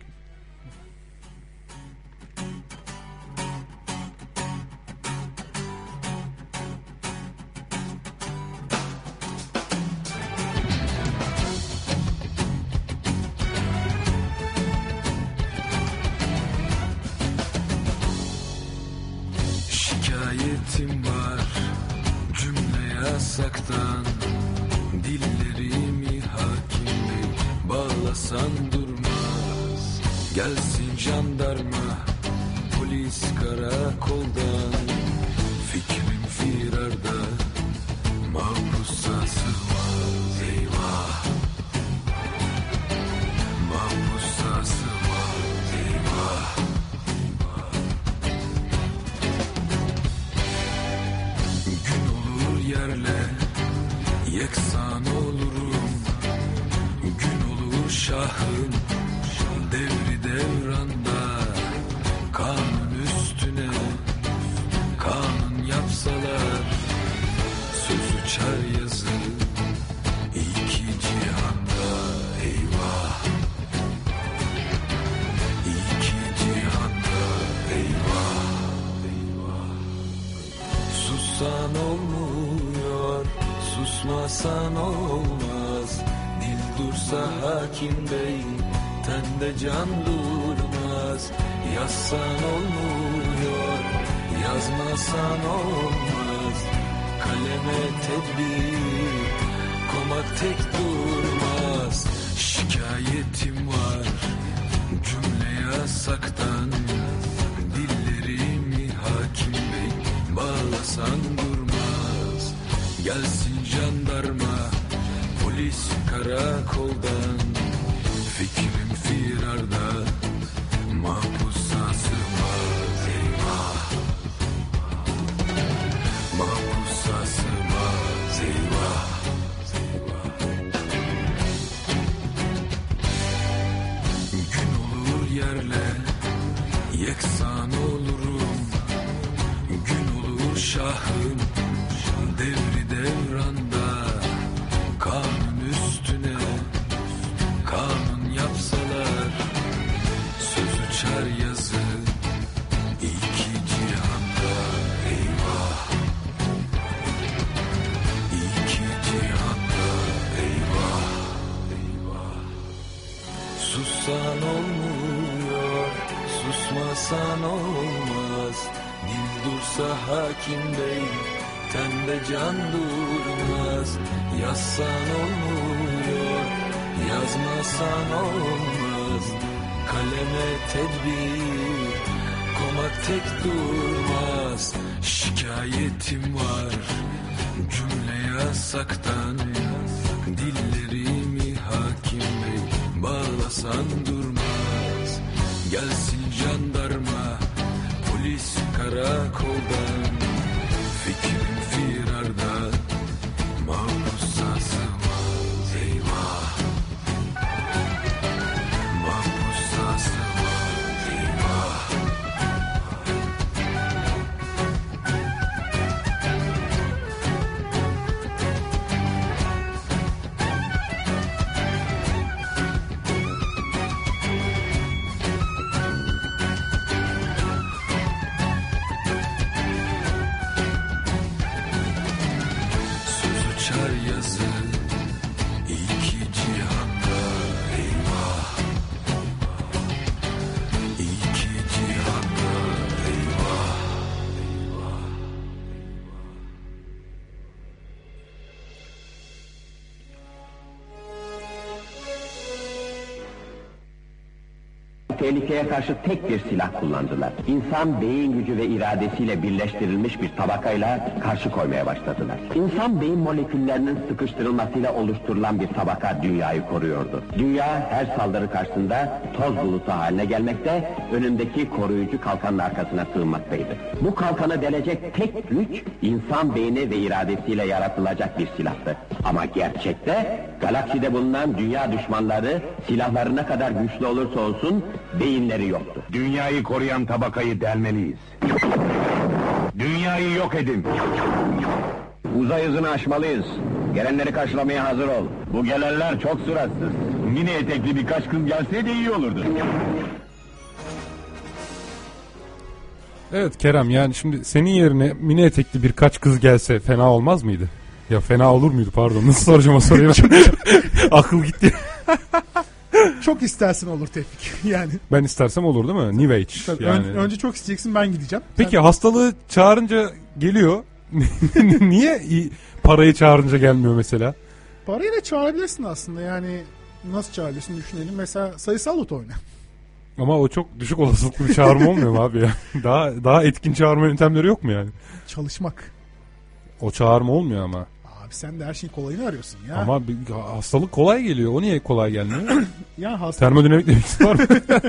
Şikayetim var cümle yasaktan, dillerimi hakim bey bağlasan durmaz. Gelsin jandarma polis karakoldan, fikrim firarda mahpusa sığmaz. Eyvah, mahpusa sığmaz. Eyvah. Yerle yeksan olurum, gün olur şahın devri devranda. Kanun üstüne kanun yapsalar, söz uçar yazı iki cihanda. Eyvah, iki cihanda. Eyvah, eyvah. Sussan olmuyor, susmasan olmaz. Dil dursa hakim bey, tende can durmaz. Yazsan olmuyor, yazmasan olmaz. Kaleme tedbir komak tek durmaz. Şikayetim var cümle yasaktan, dillerimi hakim bey bağlasan durmaz. Gelsin jandarma polis karakoldan, fikrim firarda mahpusa sığmaz. Eyvah, mahpusa sığmaz. Eyvah, eyvah. yazmasan olmaz. Dil dursa hakim bey, tende can durmaz. Yazsan olmuyor, yazmasan olmaz. Kaleme tedbir, komak tek durmaz. Şikayetim var cümle yasaktan. Dillerimi hakim bey bağlasan durmaz. Gelsin jandarma, polis karakoldan. Fikrim firarda, mahpusa sığmaz. Eyvah, mahpusa sığmaz. Eyvah. Tehlikeye karşı tek bir silah kullandılar. İnsan beyin gücü ve iradesiyle birleştirilmiş bir tabakayla karşı koymaya başladılar. İnsan beyin moleküllerinin sıkıştırılmasıyla oluşturulan bir tabaka dünyayı koruyordu. Dünya her saldırı karşısında toz bulutu haline gelmekte, önündeki koruyucu kalkanın arkasına sığınmaktaydı. Bu kalkanı delecek tek güç, insan beyni ve iradesiyle yaratılacak bir silahtı. Ama gerçekte, galakside bulunan dünya düşmanları, silahları ne kadar güçlü olursa olsun, beyinleri yoktu. Dünyayı koruyan tabakayı delmeliyiz. Dünyayı yok edin. Uzay hızını aşmalıyız. Gelenleri karşılamaya hazır ol. Bu gelenler çok suratsız. Mini etekli birkaç kız gelse de iyi olurdu. Evet Kerem, yani şimdi senin yerine mini etekli birkaç kız gelse fena olmaz mıydı? Ya fena olur muydu, pardon, nasıl soracağım o soruyu? Akıl gitti. Çok istersin olur Tevfik yani. Ben istersem olur değil mi? New Age. Tabii, yani. ön, önce çok isteyeceksin, ben gideceğim. Peki Sen... hastalığı çağırınca geliyor. Niye parayı çağırınca gelmiyor mesela? Parayı da çağırabilirsin aslında, yani nasıl çağırıyorsun düşünelim. Mesela sayısal loto oyna. Ama o çok düşük olasılıklı bir çağırma olmuyor mu abi ya? Daha daha etkin çağırma yöntemleri yok mu yani? Çalışmak. O çağırma olmuyor ama. Abi sen de her şeyin kolayını arıyorsun ya. Ama bir, hastalık kolay geliyor. O niye kolay gelmiyor? Ya hastalık... Termodinamik demekisi var mı?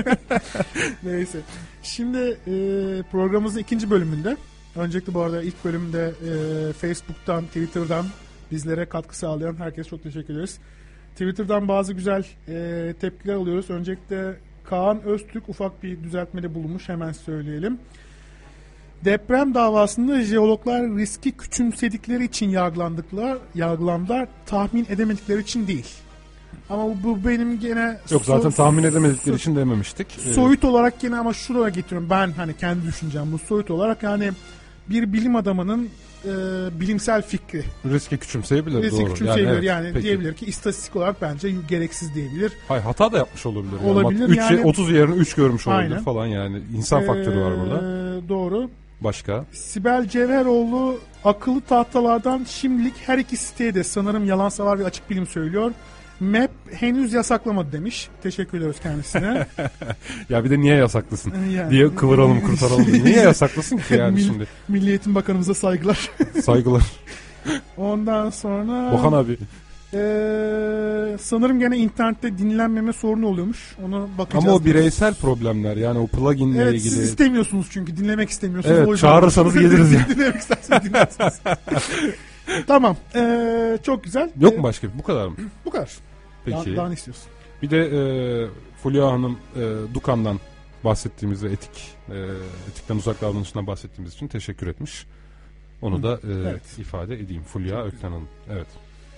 Neyse. Şimdi e, programımızın ikinci bölümünde. Öncelikle bu arada ilk bölümde e, Facebook'tan, Twitter'dan bizlere katkı sağlayan herkese çok teşekkür ederiz. Twitter'dan bazı güzel e, tepkiler alıyoruz. Öncelikle Kaan Öztürk ufak bir düzeltmede bulunmuş. Hemen söyleyelim. Deprem davasında jeologlar riski küçümsedikleri için yargılandıklar, yargılandılar, tahmin edemedikleri için değil. Ama bu, bu benim gene... Yok zaten so- tahmin edemedikleri so- için dememiştik. Soyut ee... olarak gene ama şuraya getiriyorum. Ben hani kendi düşüncem bu soyut olarak, yani bir bilim adamının e, bilimsel fikri. Riski küçümseyebilir, riski doğru. küçümseyebilir yani, yani, yani diyebilir ki istatistik olarak bence gereksiz diyebilir. Hayır, hata da yapmış olabilir. Olabilir yani. yani. otuz yerine üç görmüş olabilir Aynen. falan yani. İnsan ee, faktörü var burada. Doğru. Başka? Sibel Cevheroğlu akıllı tahtalardan şimdilik her iki siteye de sanırım yalan savar ve açık bilim söylüyor. M A P henüz yasaklamadı demiş. Teşekkür ediyoruz kendisine. Ya bir de niye yasaklısın yani. diye kıvıralım kurtaralım. Niye yasaklısın ki yani Mil, şimdi? Milli Eğitim Bakanımıza saygılar. Saygılar. Ondan sonra... Bakan abi. Ee, sanırım gene internette dinlenmeme sorunu oluyormuş. Onu bakacağız. Ama o bireysel problemler yani o pluginle evet, ilgili. Evet, siz istemiyorsunuz çünkü dinlemek istemiyorsunuz. Evet, çağırırsanız geliriz ya. Dinlemek isterseniz dinlersiniz. Tamam. Ee, çok güzel. Yok ee, mu başka? Bu kadar mı? Bu kadar. Peki. Daha, daha ne istiyorsun? Bir de e, Fulya Hanım e, Dukan'dan bahsettiğimiz ve etik e, etikten uzak davranışından bahsettiğimiz için teşekkür etmiş. Onu da e, evet. ifade edeyim. Fulya Ökten Hanım. Evet.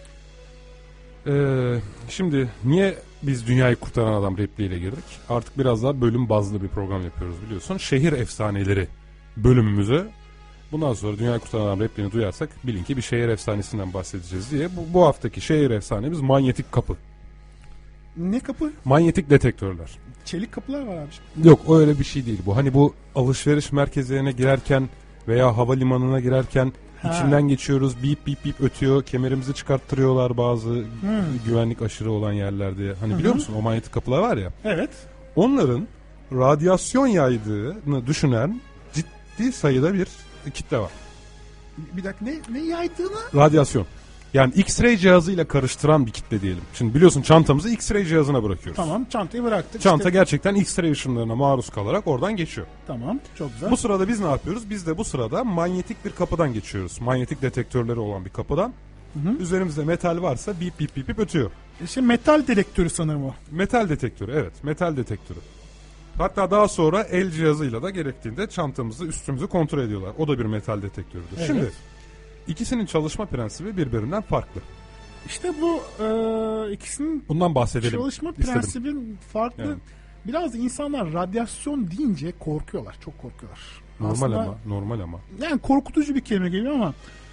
Ee, şimdi niye biz dünyayı kurtaran adam repliğiyle girdik? Artık biraz daha bölüm bazlı bir program yapıyoruz biliyorsun. Şehir efsaneleri bölümümüzü bundan sonra dünyayı kurtaran adam repliğini duyarsak bilin ki bir şehir efsanesinden bahsedeceğiz diye. Bu, bu haftaki şehir efsanemiz manyetik kapı. Ne kapı? Manyetik detektörler. Çelik kapılar var abi. Yok öyle bir şey değil bu. Hani bu alışveriş merkezlerine girerken veya havalimanına girerken Ha. içinden geçiyoruz. Bip bip bip ötüyor. Kemerimizi çıkarttırıyorlar bazı hmm. güvenlik aşırı olan yerlerde. Hani Hı-hı. biliyor musun o manyetik kapılar var ya. Evet. Onların radyasyon yaydığını düşünen ciddi sayıda bir kitle var. Bir dakika ne, ne yaydığını? Radyasyon. Yani X-ray cihazıyla karıştıran bir kitle diyelim. Şimdi biliyorsun çantamızı X-ray cihazına bırakıyoruz. Tamam, çantayı bıraktık. Çanta işte... gerçekten X-ray ışınlarına maruz kalarak oradan geçiyor. Tamam, çok güzel. Bu sırada biz ne yapıyoruz? Biz de bu sırada manyetik bir kapıdan geçiyoruz. Manyetik detektörleri olan bir kapıdan. Hı hı. Üzerimizde metal varsa bip bip bip bip ötüyor. İşte metal detektörü sanırım o. Metal detektörü, evet. Metal detektörü. Hatta daha sonra el cihazıyla da gerektiğinde çantamızı, üstümüzü kontrol ediyorlar. O da bir metal detektörüdür. Evet. Şimdi İkisinin çalışma prensibi birbirinden farklı. İşte bu e, ikisinin bundan bahsedelim. Çalışma prensibin istedim. farklı. Yani. Biraz da insanlar radyasyon deyince korkuyorlar. Çok korkuyorlar. Normal Aslında, ama. Normal ama. Yani korkutucu bir kelime geliyor ama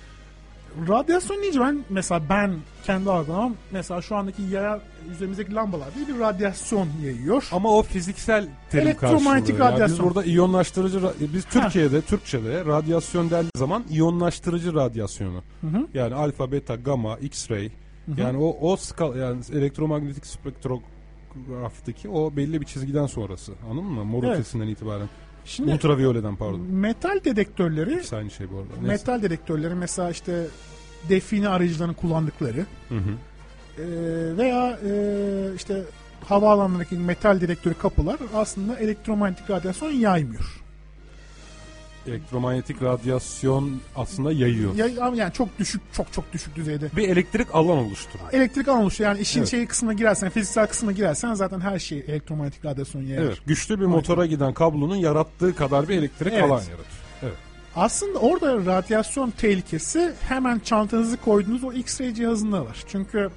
radyasyon deyince ben mesela ben kendi algılamam mesela şu andaki yaya üzerimizdeki lambalar değil bir radyasyon yayıyor. Ama o fiziksel terim elektromanyetik karşılığı. radyasyon. Biz burada iyonlaştırıcı biz Türkiye'de ha. Türkçe'de radyasyon dendiği zaman iyonlaştırıcı radyasyonu. Hı hı. Yani alfa, beta, gamma, X-ray. Hı hı. Yani o o skal yani elektromanyetik spektrograftaki o belli bir çizgiden sonrası. Anladın mı? Mor ötesinden evet. itibaren. Şimdi ultraviyoleden pardon. Metal dedektörleri İkisi aynı şey bu arada. Neyse. Metal dedektörleri mesela işte define arayıcılarını kullandıkları hı hı. E, veya e, işte havaalanlarındaki metal dedektörü kapılar aslında elektromanyetik radyasyon yaymıyor. Elektromanyetik radyasyon aslında yayıyor. Yay, yani çok düşük, çok çok düşük düzeyde. Bir elektrik alan oluşturuyor. Elektrik alan oluşturuyor. Yani işin evet. şeyi kısmına girersen, fiziksel kısmına girersen zaten her şey elektromanyetik radyasyon yayar. Evet. Güçlü bir motora giden kablonun yarattığı kadar bir elektrik evet. alan yaratır. Evet. Aslında orada radyasyon tehlikesi hemen çantanızı koyduğunuz o X-ray cihazında var. Çünkü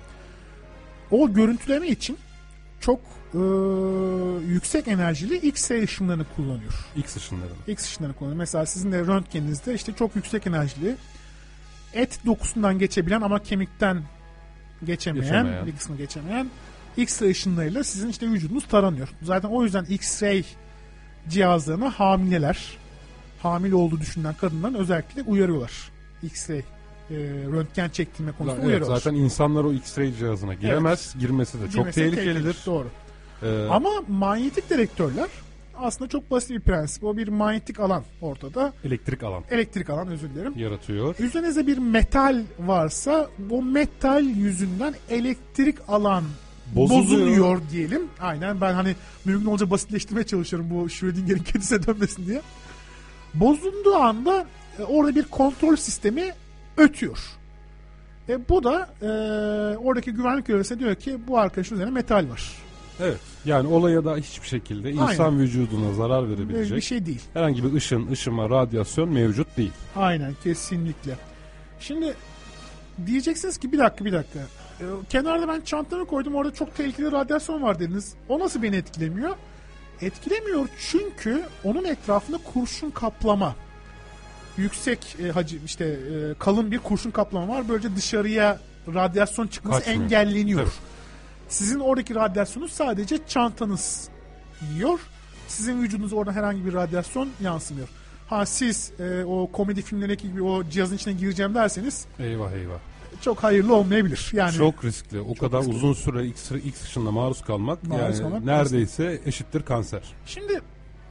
o görüntüleme için çok e, yüksek enerjili X-ray ışınlarını kullanıyor. X ışınları. X ışınlarını kullanıyor. Mesela sizin de röntgeninizde işte çok yüksek enerjili et dokusundan geçebilen ama kemikten geçemeyen, geçemeyen. bir kısmı geçemeyen X-ray ışınlarıyla sizin işte vücudunuz taranıyor. Zaten o yüzden X-ray cihazlarına hamileler, hamile olduğu düşünülen kadınların özellikle uyarıyorlar. X-ray E, röntgen çektirme konusunda evet, uyarıyorlar. Zaten insanlar o X-ray cihazına giremez. Evet. Girmesi de Girmesi çok tehlikelidir. tehlikeli. Doğru. Ee, Ama manyetik dedektörler aslında çok basit bir prensip. O bir manyetik alan ortada. Elektrik alan. Elektrik alan özür dilerim. Yaratıyor. Üzerinizde bir metal varsa o metal yüzünden elektrik alan Bozuluyor. bozuluyor diyelim. Aynen ben hani mümkün olunca basitleştirmeye çalışıyorum bu Schrödinger'in kedisine dönmesin diye. Bozulduğu anda e, orada bir kontrol sistemi ötüyor. E, bu da e, oradaki güvenlik görevlisi diyor ki bu arkadaşın üzerine metal var. Evet. Yani olaya da hiçbir şekilde insan Aynen. vücuduna zarar verebilecek bir şey değil. Herhangi bir ışın, ışıma, radyasyon mevcut değil. Aynen kesinlikle. Şimdi diyeceksiniz ki bir dakika bir dakika. E, kenarda ben çantamı koydum orada çok tehlikeli radyasyon var dediniz. O nasıl beni etkilemiyor? Etkilemiyor çünkü onun etrafında kurşun kaplama. Yüksek e, hacim işte e, kalın bir kurşun kaplama var. Böylece dışarıya radyasyon çıkması Kaçmıyor. engelleniyor. Evet. Sizin oradaki radyasyonu sadece çantanız yiyor. Sizin vücudunuz orada herhangi bir radyasyon yansımıyor. Ha siz e, o komedi filmlerindeki gibi o cihazın içine gireceğim derseniz eyvah eyvah. Çok hayırlı olmayabilir. Yani çok riskli. O çok kadar riskli. Uzun süre X, X ışınına maruz kalmak maruz yani kalmak neredeyse riskli. Eşittir kanser. Şimdi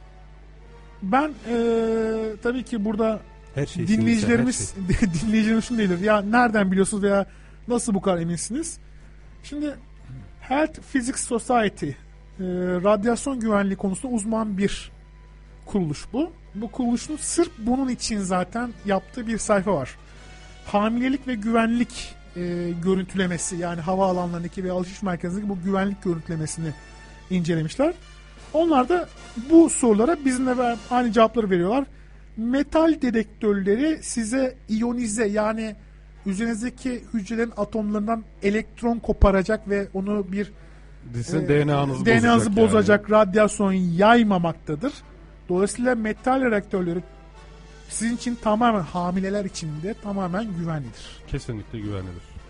ben e, tabii ki burada her şey dinleyicilerimiz her şey. dinleyicilerimiz şunu değildir. Ya nereden biliyorsunuz veya nasıl bu kadar eminsiniz? Şimdi Health Physics Society e, radyasyon güvenliği konusunda uzman bir kuruluş bu. Bu kuruluşun sırf bunun için zaten yaptığı bir sayfa var. Hamilelik ve güvenlik e, görüntülemesi yani havaalanlarındaki ve alışveriş merkezindeki bu güvenlik görüntülemesini incelemişler. Onlar da bu sorulara bizimle aynı cevapları veriyorlar. Metal dedektörleri size iyonize yani üzerinizdeki hücrelerin atomlarından elektron koparacak ve onu bir e, D N A'nızı D N A'nızı bozacak, bozacak yani. radyasyon yaymamaktadır. Dolayısıyla metal dedektörleri sizin için tamamen hamileler için de tamamen güvenlidir. Kesinlikle güvenlidir.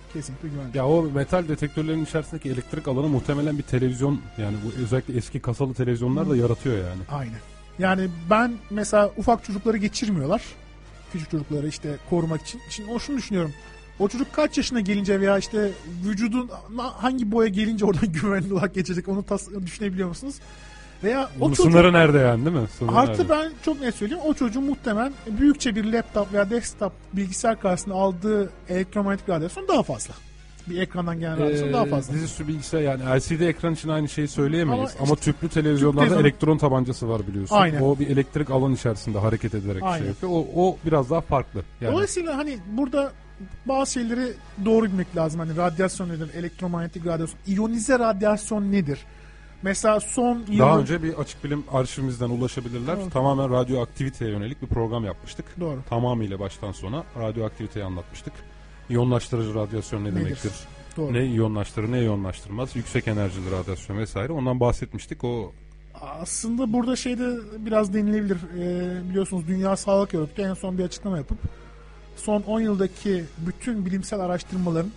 Kesinlikle güvenli. Ya o metal detektörlerin içerisindeki elektrik alanı muhtemelen bir televizyon, yani bu özellikle eski kasalı televizyonlar da yaratıyor yani. Aynen. Yani ben mesela ufak çocukları geçirmiyorlar. Küçük çocukları işte korumak için. Şimdi o şunu düşünüyorum. O çocuk kaç yaşına gelince veya işte vücudun hangi boya gelince oradan güvenli olarak geçecek, onu tas- düşünebiliyor musunuz? Veya o çocuk... Sınırı nerede yani, değil mi? Sınırı Artı nerede? ben çok net söyleyeyim. O çocuğun muhtemelen büyükçe bir laptop veya desktop bilgisayar karşısında aldığı elektromanyetik radyasyon daha fazla. Bir ekrandan gelen radyasyon Ee, daha fazla. Dizüstü bilgisayar, yani L C D ekran için aynı şeyi söyleyemeyiz. Ama Ama, işte tüplü televizyonlarda tüp televizyon- elektron tabancası var biliyorsun. Aynen. O bir elektrik alan içerisinde hareket ederek Aynen. şey yapıyor. O, o biraz daha farklı. Yani Dolayısıyla hani burada bazı şeyleri doğru bilmek lazım. Hani radyasyon nedir? Elektromanyetik radyasyon. İyonize radyasyon nedir? Mesela son yıl... daha önce bir açık bilim arşivimizden ulaşabilirler. Evet. Tamamen radyoaktiviteye yönelik bir program yapmıştık. Doğru. Tamamıyla baştan sona radyoaktiviteyi anlatmıştık. İyonlaştırıcı radyasyon ne Nedir? demektir? Doğru. Ne iyonlaştırır, ne iyonlaştırmaz? Yüksek enerjili radyasyon vesaire. Ondan bahsetmiştik. O Aslında burada şeyde biraz denilebilir. Ee, biliyorsunuz Dünya Sağlık Örgütü en son bir açıklama yapıp son on yıldaki bütün bilimsel araştırmaların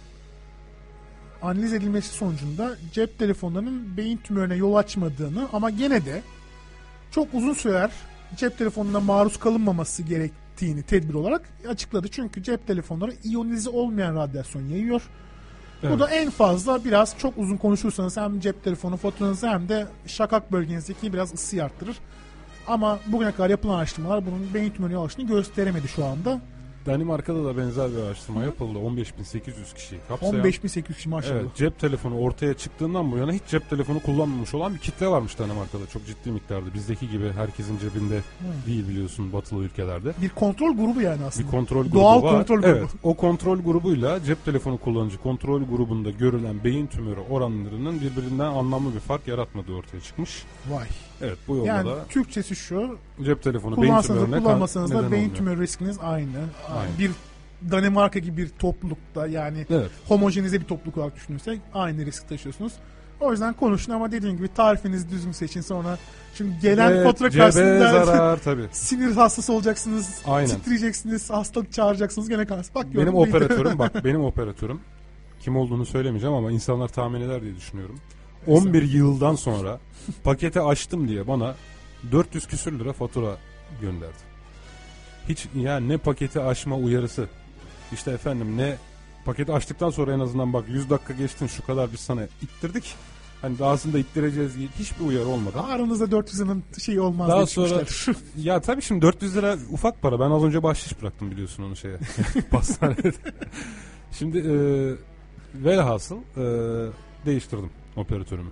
analiz edilmesi sonucunda cep telefonlarının beyin tümörüne yol açmadığını ama gene de çok uzun süreler cep telefonuna maruz kalınmaması gerektiğini tedbir olarak açıkladı. Çünkü cep telefonları iyonize olmayan radyasyon yayıyor. Evet. Bu da en fazla biraz çok uzun konuşursanız hem cep telefonu faturanızı hem de şakak bölgenizdeki biraz ısıyı arttırır. Ama bugüne kadar yapılan araştırmalar bunun beyin tümörüne yol açtığını gösteremedi şu anda. Danimarka'da da benzer bir araştırma yapıldı. on beş bin sekiz yüz kişiyi kapsayan. on beş bin sekiz yüz kişi maşallah. Evet, cep telefonu ortaya çıktığından bu yana hiç cep telefonu kullanmamış olan bir kitle varmış Danimarka'da. Çok ciddi miktarda. Bizdeki gibi herkesin cebinde Hmm. değil biliyorsun batılı ülkelerde. Bir kontrol grubu yani aslında. Bir kontrol grubu Doğal var. kontrol grubu. Evet, o kontrol grubuyla cep telefonu kullanıcı kontrol grubunda görülen beyin tümörü oranlarının birbirinden anlamlı bir fark yaratmadığı ortaya çıkmış. Vay. Evet, bu yolda Yani da Türkçesi şu. cep telefonu beyin Kullansanız da tümörüne kullanmasanız kan- da neden beyin olmuyor. tümörü riskiniz aynı. Aynen. Bir Danimarka gibi bir toplulukta yani Evet. homojenize bir topluluk olarak düşünürsek aynı risk taşıyorsunuz. O yüzden konuşun ama dediğim gibi tarifinizi düzgün seçin, sonra şimdi gelen Evet, fatura cebe karşısında zarar tabii. sinir hastası olacaksınız, Aynen. titreyeceksiniz, hastalık çağıracaksınız gene kalsın. Bak Benim gördün mü? operatörüm bak benim operatörüm kim olduğunu söylemeyeceğim ama insanlar tahmin eder diye düşünüyorum. on bir yıldan sonra paketi açtım diye bana dört yüz küsür lira fatura gönderdi. Hiç yani ne paketi açma uyarısı, işte efendim ne paketi açtıktan sonra en azından bak yüz dakika geçtin şu kadar biz sana ittirdik. Hani daha aslında ittireceğiz diye hiçbir uyarı olmadan. Aranızda dört yüz liranın şeyi olmaz Daha diye sonra düşünmüşler. ya tabii şimdi dört yüz lira ufak para. Ben az önce bahşiş bıraktım biliyorsun onu şeye. Pastanede. Şimdi e, velhasıl e, değiştirdim operatörümü.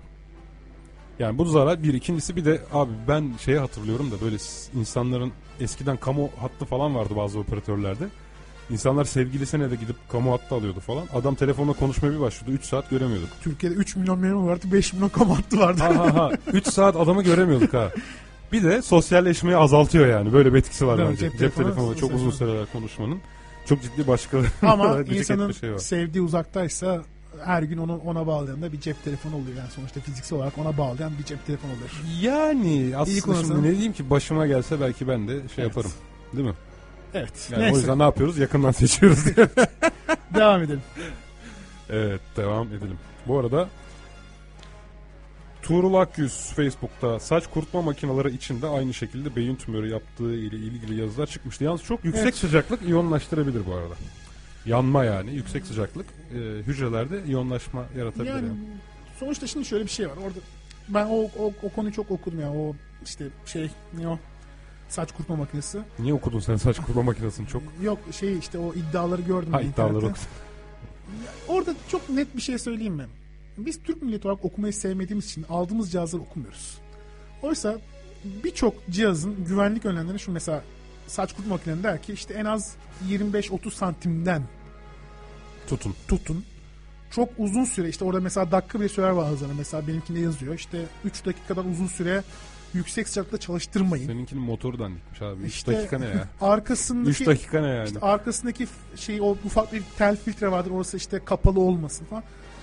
Yani bu zarar bir. İkincisi bir de abi ben şeye hatırlıyorum da böyle insanların eskiden kamu hattı falan vardı bazı operatörlerde. İnsanlar sevgilisine de gidip kamu hattı alıyordu falan. Adam telefonla konuşmaya bir başladı. üç saat göremiyorduk. Türkiye'de üç milyon memur vardı, beş milyon kamu hattı vardı. Ha ha ha. üç saat adamı göremiyorduk ha. Bir de sosyalleşmeyi azaltıyor yani. Böyle bir etkisi var Değil mi? bence. Cep Cep, telefonu, telefonuyla çok uzun sosyalleşme. süreler konuşmanın çok ciddi başka Ama gıcık insanın ettiği şey var. sevdiği uzaktaysa her gün onu ona bağlayan da bir cep telefonu oluyor. Yani sonuçta fiziksel olarak ona bağlayan bir cep telefonu oluyor. Yani aslında konuşalım. şimdi ne diyeyim ki başıma gelse belki ben de şey Evet. yaparım. Değil mi? Evet. Yani Neyse. o yüzden ne yapıyoruz? Yakından seçiyoruz diye. Devam edelim. Evet, devam edelim. Bu arada Tuğrul Akyüz Facebook'ta saç kurutma makineleri içinde aynı şekilde beyin tümörü yaptığı ile ilgili yazılar çıkmıştı. Yalnız çok yüksek Evet. sıcaklık iyonlaştırabilir bu arada. Yanma yani. Yüksek sıcaklık e, hücrelerde iyonlaşma yaratabilir. Yani Yani. sonuçta şimdi şöyle bir şey var. Orada ben o, o, o konuyu çok okudum ya. O işte şey ne o saç kurutma makinesi. Niye okudun sen saç kurutma makinesini çok? Yok şey işte o iddiaları gördüm. Ha ben iddiaları internette. okudun. Orada çok net bir şey söyleyeyim mi? Biz Türk milleti olarak okumayı sevmediğimiz için aldığımız cihazları okumuyoruz. Oysa birçok cihazın güvenlik önlemleri şu, mesela saç kurutma makineleri der ki işte en az yirmi beş otuz santimden Tutun. tutun. Çok uzun süre işte orada mesela dakika bile sürer bazılarına, mesela benimkinde yazıyor işte üç dakikadan uzun süre yüksek sıcaklıkta çalıştırmayın. Seninkinin motoru dandikmiş abi. üç İşte dakika ne ya? Arkasındaki üç dakika ne yani? İşte arkasındaki şey o ufak bir tel filtre vardır, orası işte kapalı olmasın falan.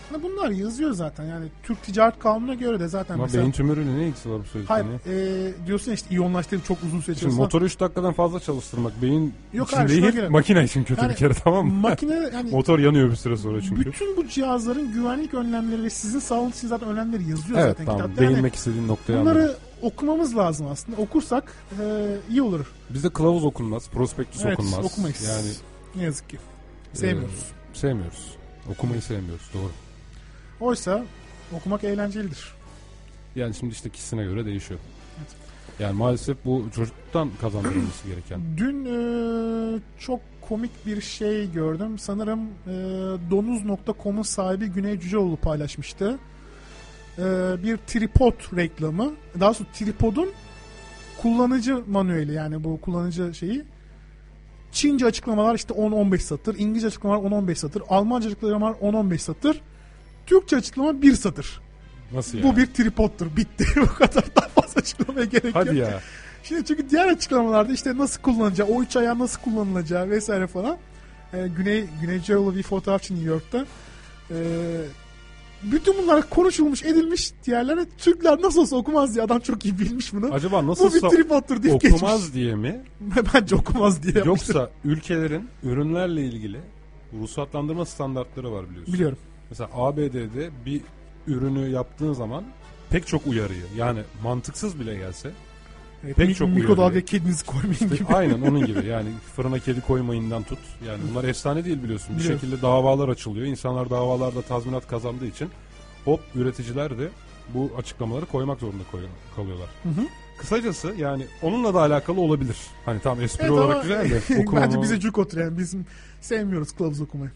Bunlar yazıyor zaten. Yani Türk Ticaret Kanunu'na göre de zaten Ama mesela... beyin tümörüyle ne ilgisi var bu söylediklerine? Hayır. E, diyorsun ya işte iyonlaştırıp çok uzun süre Şimdi çalışmak. motoru üç dakikadan fazla çalıştırmak beyin Yok, için hayır, şuna değil, göre. makine için kötü Yani bir kere, tamam mı? Makine yani Motor yanıyor bir süre sonra çünkü. bütün bu cihazların güvenlik önlemleri ve sizin sağlığınız için zaten önlemleri yazıyor Evet, zaten tamam. kitapta. Yani Değinmek istediğin noktaya bunları anladım. okumamız lazım aslında. Okursak e, iyi olur. Bizde kılavuz okunmaz, prospektüs Evet, okunmaz. okumayız. Yani Ne yazık ki. Sevmiyoruz. E, sevmiyoruz. Okumayı sevmiyoruz, doğru. Oysa okumak eğlencelidir. Yani şimdi işte kişisine göre değişiyor. Evet. Yani maalesef bu çocuktan kazandırılması gereken. Dün e, çok komik bir şey gördüm. Sanırım e, donuz nokta com'un sahibi Güney Cüceloğlu paylaşmıştı. E, bir tripod reklamı. Daha sonra tripodun kullanıcı manueli, yani bu kullanıcı şeyi. Çince açıklamalar işte on on beş satır. İngilizce açıklamalar on on beş satır. Almanca açıklamalar on on beş satır. Türkçe açıklama bir satır. Nasıl yani? Bu bir tripodtur. Bitti. Bu kadar daha fazla açıklamaya gerek Hadi yok. ya. Şimdi çünkü diğer açıklamalarda işte nasıl kullanacağı, o üç ayağı nasıl kullanılacağı vesaire falan. Ee, Güney Güney Cüceloğlu bir fotoğrafçı New York'ta. Ee, bütün bunlar konuşulmuş, edilmiş. Diğerlerine Türkler nasıl olsa okumaz diye adam çok iyi bilmiş bunu. Acaba nasılsa bu bir tripodtur diye okumaz geçmiş. diye mi? Bence okumaz diye yapmıştır. Yoksa ülkelerin ürünlerle ilgili ruhsatlandırma standartları var biliyorsun. Biliyorum. Mesela A B D'de bir ürünü yaptığın zaman pek çok uyarıyı, yani mantıksız bile gelse Evet, pek mik- çok mikrodalga uyarıyı. kedinizi koymayın İşte gibi. aynen onun gibi, yani fırına kedi koymayından tut. Yani bunlar efsane değil biliyorsun. Bir Biliyorum. şekilde davalar açılıyor. İnsanlar davalarda tazminat kazandığı için hop üreticiler de bu açıklamaları koymak zorunda koy- kalıyorlar. Hı hı. Kısacası yani onunla da alakalı olabilir. Hani tam espri Evet, olarak ama güzel de. Okumama- bence bize cuk oturuyor. Yani biz sevmiyoruz kılavuz okumayı.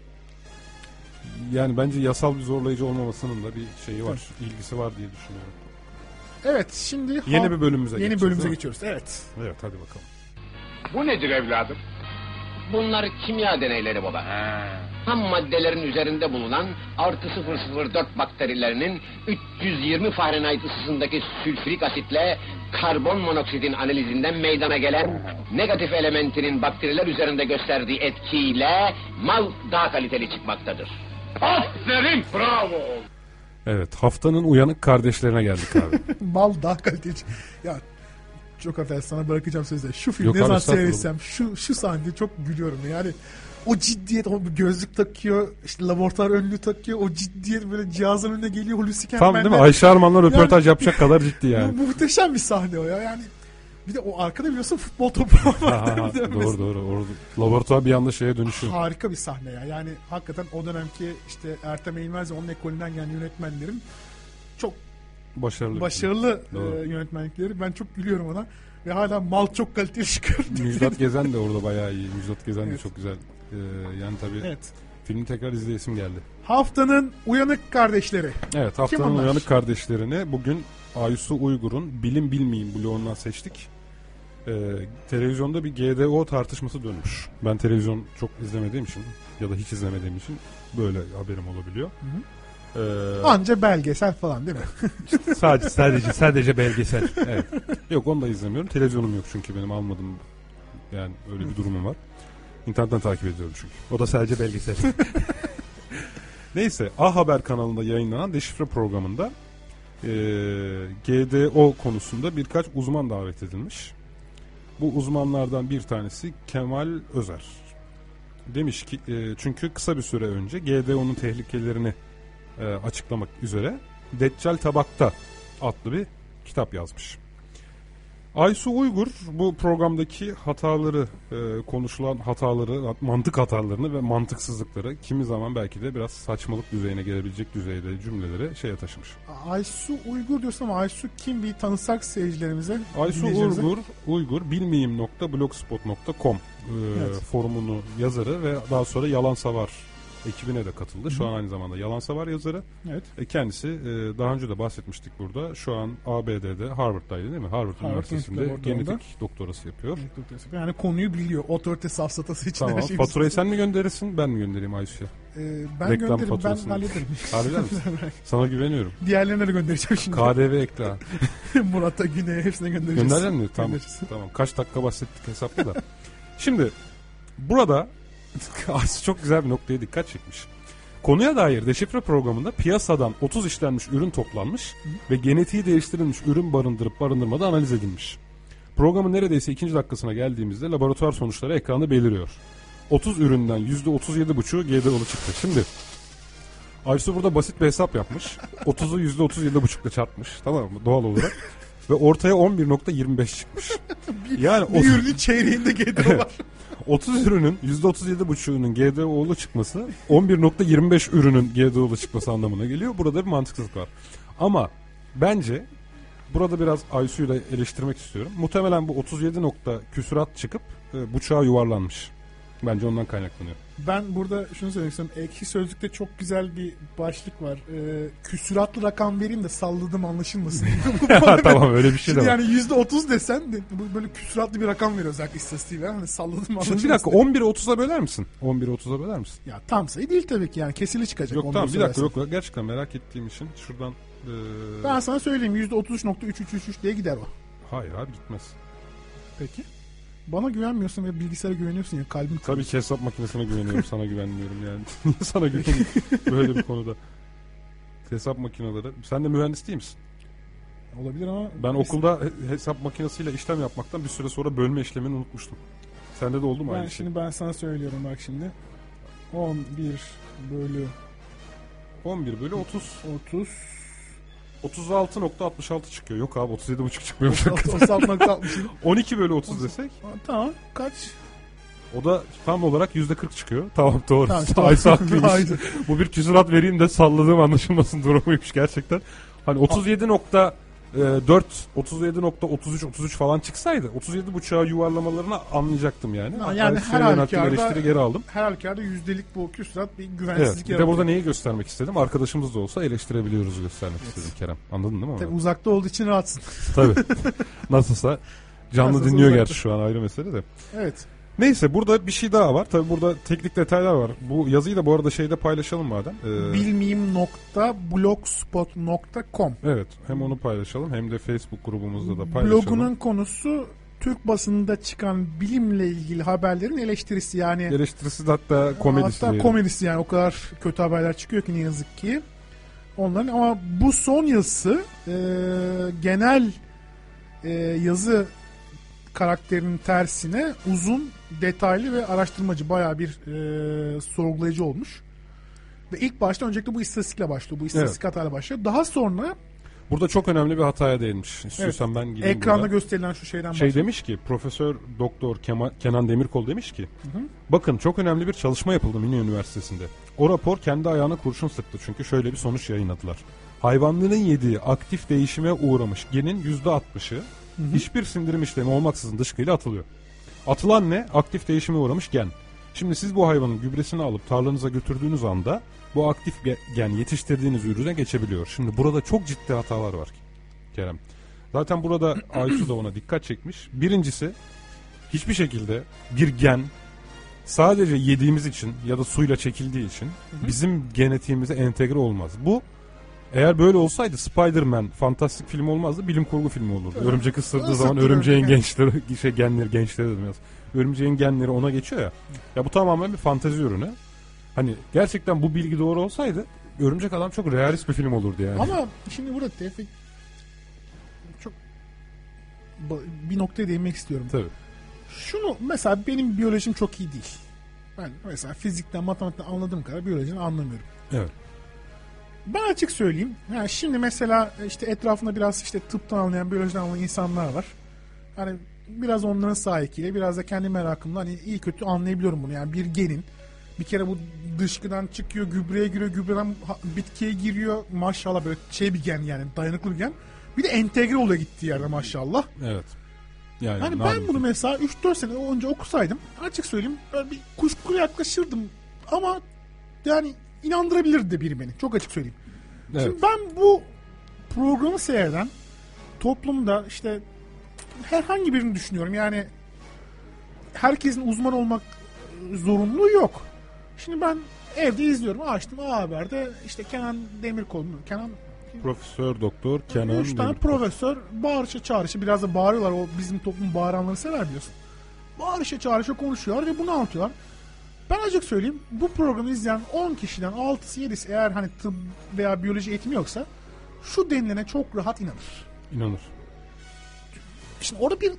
Yani bence yasal bir zorlayıcı olmamasının da bir şeyi var. İlgisi var diye düşünüyorum. Evet, şimdi Yeni ha- bir bölümümüze yeni geçeceğiz, bölümümüze değil mi? geçiyoruz. Evet. Evet, hadi bakalım. Bu nedir evladım? Bunlar kimya deneyleri baba. Ham maddelerin üzerinde bulunan artı sıfır sıfır dört bakterilerinin üç yüz yirmi Fahrenheit ısısındaki sülfürik asitle karbon monoksitin analizinden meydana gelen negatif elementinin bakteriler üzerinde gösterdiği etkiyle mal daha kaliteli çıkmaktadır. Aferin, bravo. Evet, haftanın uyanık kardeşlerine geldik abi. Mal daha kaliteli. Ya çok affedersin, sana bırakacağım sözleri. Şu filmi Yok ne abi, zaman estağfurullah. seyretsem şu şu sahnede çok gülüyorum. Yani o ciddiyet, o gözlük takıyor, işte laboratuvar önlüğü takıyor, o ciddiyet böyle cihazın önüne geliyor, Hulusi Kentmen'le. Tam değil mi? Ayşe Arman'la röportaj Yani- yapacak kadar ciddi yani. Bu muhteşem bir sahne o ya. Yani bir de o arkada biliyorsun futbol topu Ha, var. ha, ha, doğru doğru. Orada, laboratuvar bir anda şeye dönüşüyor. Harika bir sahne ya. Yani hakikaten o dönemki işte Ertem Eğilmez ve onun ekolünden gelen yönetmenlerin çok Başarılı. başarılı Doğru. e, yönetmenlikleri. Ben çok gülüyorum ona. Ve hala mal çok kaliteli çıkıyor. Müjdat Gezen de orada bayağı iyi. Müjdat Gezen Evet. de çok güzel. Ee, yani tabii Evet. filmi tekrar izleyesim geldi. Haftanın uyanık kardeşleri. Evet, haftanın onlar? uyanık kardeşlerini bugün Aysu Uygur'un Bilim Bilmeyeyim bloğundan seçtik. Ee, televizyonda bir G D O tartışması dönmüş. Ben televizyon çok izlemediğim için ya da hiç izlemediğim için böyle haberim olabiliyor. Hı hı. Ee, Anca belgesel falan değil mi? sadece sadece sadece belgesel. Evet. Yok, onu da izlemiyorum. Televizyonum yok çünkü benim, almadım. Yani öyle bir durumum var. İnternetten takip ediyorum çünkü. O da sadece belgesel. Neyse, A Haber kanalında yayınlanan Deşifre programında e, G D O konusunda birkaç uzman davet edilmiş. Bu uzmanlardan bir tanesi Kemal Özer. Demiş ki e, çünkü kısa bir süre önce G D O'nun tehlikelerini e, açıklamak üzere Deccal Tabakta adlı bir kitap yazmış. Aysu Uygur bu programdaki hataları, e, konuşulan hataları, mantık hatalarını ve mantıksızlıkları, kimi zaman belki de biraz saçmalık düzeyine gelebilecek düzeyde cümleleri şeye taşımış. Aysu Uygur diyorsun ama Aysu kim, bir tanısak seyircilerimize? Aysu dinleyicilerimize. Uygur, Uygur bilmeyeyim nokta blogspot nokta com e, Evet. forumunu yazarı ve daha sonra Yalan Savar ekibine de katıldı. Şu an aynı zamanda Yalan Savar yazarı. Evet. E, kendisi e, daha önce de bahsetmiştik burada. Şu an A B D'de Harvard'daydı değil mi? Harvard, Harvard Üniversitesi'nde Genetik Laboratuvarı'nda. genetik doktorası yapıyor. Yani konuyu biliyor. Otorite safsatası için Tamam. her şeyi Faturayı biliyor. sen mi gönderirsin, ben mi göndereyim Ayşe'ye? Ee, ben Reklam gönderirim, ben faturasını. hallederim. Harbiden misin? Sana güveniyorum. Diğerlerine de göndereceğim şimdi. K D V ekle ha. Murat'a, Güney'e hepsine göndereceğiz. Gönderecek mi? Tamam. Göndereceğiz. Tamam. Kaç dakika bahsettik hesaplı da. Şimdi burada Aysu çok güzel bir noktaya dikkat çekmiş. Konuya dair deşifre programında piyasadan otuz işlenmiş ürün toplanmış Hı. ve genetiği değiştirilmiş ürün barındırıp barındırmadan analiz edilmiş. Programın neredeyse ikinci dakikasına geldiğimizde laboratuvar sonuçları ekranda beliriyor. otuz üründen yüzde otuz yedi buçuğu G D O'lu çıktı. Şimdi Aysu burada basit bir hesap yapmış. otuzu yüzde otuz yedi buçukla çarpmış. Tamam mı? Doğal olarak. Ve ortaya on bir nokta yirmi beş çıkmış. bir, yani bir ürünün çeyreğinde G D O var. otuz ürünün yüzde otuz yedi buçuğunun G D O'lu çıkması on bir nokta yirmi beş ürünün G D O'lu çıkması anlamına geliyor. Burada bir mantıksızlık var. Ama bence burada biraz Aysu'yu da eleştirmek istiyorum. Muhtemelen bu otuz yedi nokta küsurat çıkıp e, buçuğa yuvarlanmış. Bence ondan kaynaklanıyor. Ben burada şunu söylemek istiyorum. Ekşi Sözlük'te çok güzel bir başlık var. Ee, küsuratlı rakam vereyim de salladım anlaşılmasın. Tamam, öyle bir şey de var. Yani yüzde otuz desen de, böyle küsuratlı bir rakam veriyor zaten istatistiğiyle. Hani salladım anlaşılmasın. Şimdi bir dakika, on biri otuza böler misin? on biri otuza böler misin? Ya tam sayı değil tabii ki, yani kesili çıkacak. Yok tamam, bir dakika, yok gerçekten merak ettiğim için şuradan. Ee... Ben sana söyleyeyim, yüzde otuz üç nokta üç üç üç üç diye gider o. Hayır abi, gitmez. Peki. Bana güvenmiyorsun ve bilgisayara güveniyorsun ya, kalbin. Tabii ki hesap makinesine güveniyorum, sana güvenmiyorum yani. Niye sana güveniyorum böyle bir konuda? Hesap makineleri. Sen de mühendis değil misin? Olabilir ama... Ben okulda hesap makinesiyle işlem yapmaktan bir süre sonra bölme işlemini unutmuştum. Sende de oldu mu ben aynı şey? Şimdi ben sana söylüyorum bak şimdi. on bir bölü... on bir bölü otuz. otuz. otuz altı nokta altmış altı çıkıyor. Yok abi, otuz yedi buçuk çıkmıyor. otuz altı nokta altmış yedi. on iki bölü otuz desek. Tamam, kaç? O da tam olarak yüzde kırk çıkıyor. Tamam, doğru. Tamam, Aysa haklıymış. Bu bir küsurat vereyim de salladığım anlaşılmasın durumuymuş gerçekten. Hani otuz yedi nokta dört, otuz yedi nokta otuz üç, otuz üç falan çıksaydı otuz yedi buçuğa yuvarlamalarını anlayacaktım yani. Ha, yani her halükarda, geri aldım. Her halükarda yüzdelik bu küsurat bir güvensizlik evet, bir de burada neyi göstermek istedim? Arkadaşımız da olsa eleştirebiliyoruz göstermek evet. istedim Kerem. Anladın değil mi? Tabii uzakta olduğu için rahatsın. Tabii. Nasılsa canlı Nasılsa dinliyor uzakta. Gerçi şu an ayrı mesele de. Evet. Neyse, burada bir şey daha var. Tabii burada teknik detaylar var. Bu yazıyı da bu arada şeyde paylaşalım madem. Ee, bilmiyim nokta blogspot nokta com. Evet, hem onu paylaşalım hem de Facebook grubumuzda da paylaşalım. Blogunun konusu Türk basınında çıkan bilimle ilgili haberlerin eleştirisi yani. Eleştirisi de hatta komedisi. Hatta diyelim. komedisi yani, o kadar kötü haberler çıkıyor ki ne yazık ki. Onların ama bu son yazısı e, genel e, yazı karakterinin tersine uzun, detaylı ve araştırmacı, bayağı bir e, sorgulayıcı olmuş. Ve ilk başta öncelikle bu istatistikle başlıyor. Bu istatistik evet. hatayla başlıyor. Daha sonra burada çok önemli bir hataya değinmiş. İstiyorsan evet. ben gireyim. Ekranda burada. gösterilen şu şeyden Şey başlayayım. demiş ki, Profesör Doktor Kenan Demirkol demiş ki, hı hı. bakın çok önemli bir çalışma yapıldı Mini Üniversitesi'nde. O rapor kendi ayağına kurşun sıktı çünkü şöyle bir sonuç yayınladılar. Hayvanların yediği aktif değişime uğramış genin yüzde altmışı Hı hı. hiçbir sindirim işlemi olmaksızın dışkıyla atılıyor. Atılan ne? Aktif değişime uğramış gen. Şimdi siz bu hayvanın gübresini alıp tarlanıza götürdüğünüz anda bu aktif gen yetiştirdiğiniz ürüne geçebiliyor. Şimdi burada çok ciddi hatalar var Kerem. Zaten burada Aysu da ona dikkat çekmiş. Birincisi, hiçbir şekilde bir gen sadece yediğimiz için ya da suyla çekildiği için hı hı. bizim genetiğimize entegre olmaz. Bu eğer böyle olsaydı Spider-Man fantastik film olmazdı, bilim kurgu filmi olurdu. Evet. Örümcek ısırdığı Nasıl zaman örümceğin yani? gençleri, şey genleri, gençleri dedim biraz. Örümceğin genleri ona geçiyor ya. Ya bu tamamen bir fantezi ürünü. Hani gerçekten bu bilgi doğru olsaydı Örümcek Adam çok realist bir film olurdu yani. Ama şimdi burada Tevfik çok bir noktaya değinmek istiyorum. Tabii. Şunu mesela, benim biyolojim çok iyi değil. Ben mesela fizikten, matematikten anladığım kadar biyolojiden anlamıyorum. Evet. Ben açık söyleyeyim. Yani şimdi mesela işte etrafında biraz işte tıptan anlayan, biyolojiden anlayan insanlar var. Hani biraz onların sahikiyle, biraz da kendi merakımla hani iyi kötü anlayabiliyorum bunu. Yani bir genin bir kere bu dışkıdan çıkıyor, gübreye giriyor, gübreden bitkiye giriyor. Maşallah böyle şey bir gen, yani dayanıklı bir gen. Bir de entegre oluyor gittiği yerde maşallah. Evet. Yani hani ben bunu mesela üç dört sene önce okusaydım, açık söyleyeyim böyle bir kuşkulu yaklaşırdım. Ama yani inandırabilirdi de biri beni. Çok açık söyleyeyim. Evet. Şimdi ben bu programı seyreden toplumda işte herhangi birini düşünüyorum. Yani herkesin uzman olmak zorunluluğu yok. Şimdi ben evde izliyorum. Açtım A Haber'de işte Kenan Demirkol'un Kenan Profesör Doktor Kenan Demirkol. Üç tane profesör bağırışa çağrışa, biraz da bağırıyorlar. O bizim toplum bağıranları sever biliyorsun. Bağırışa çağrışa konuşuyorlar ve bunu anlatıyorlar. Ben açık söyleyeyim, bu programı izleyen on kişiden altısı yedisi eğer hani tıp veya biyoloji eğitimi yoksa şu denilene çok rahat inanır. İnanır. Şimdi orada bir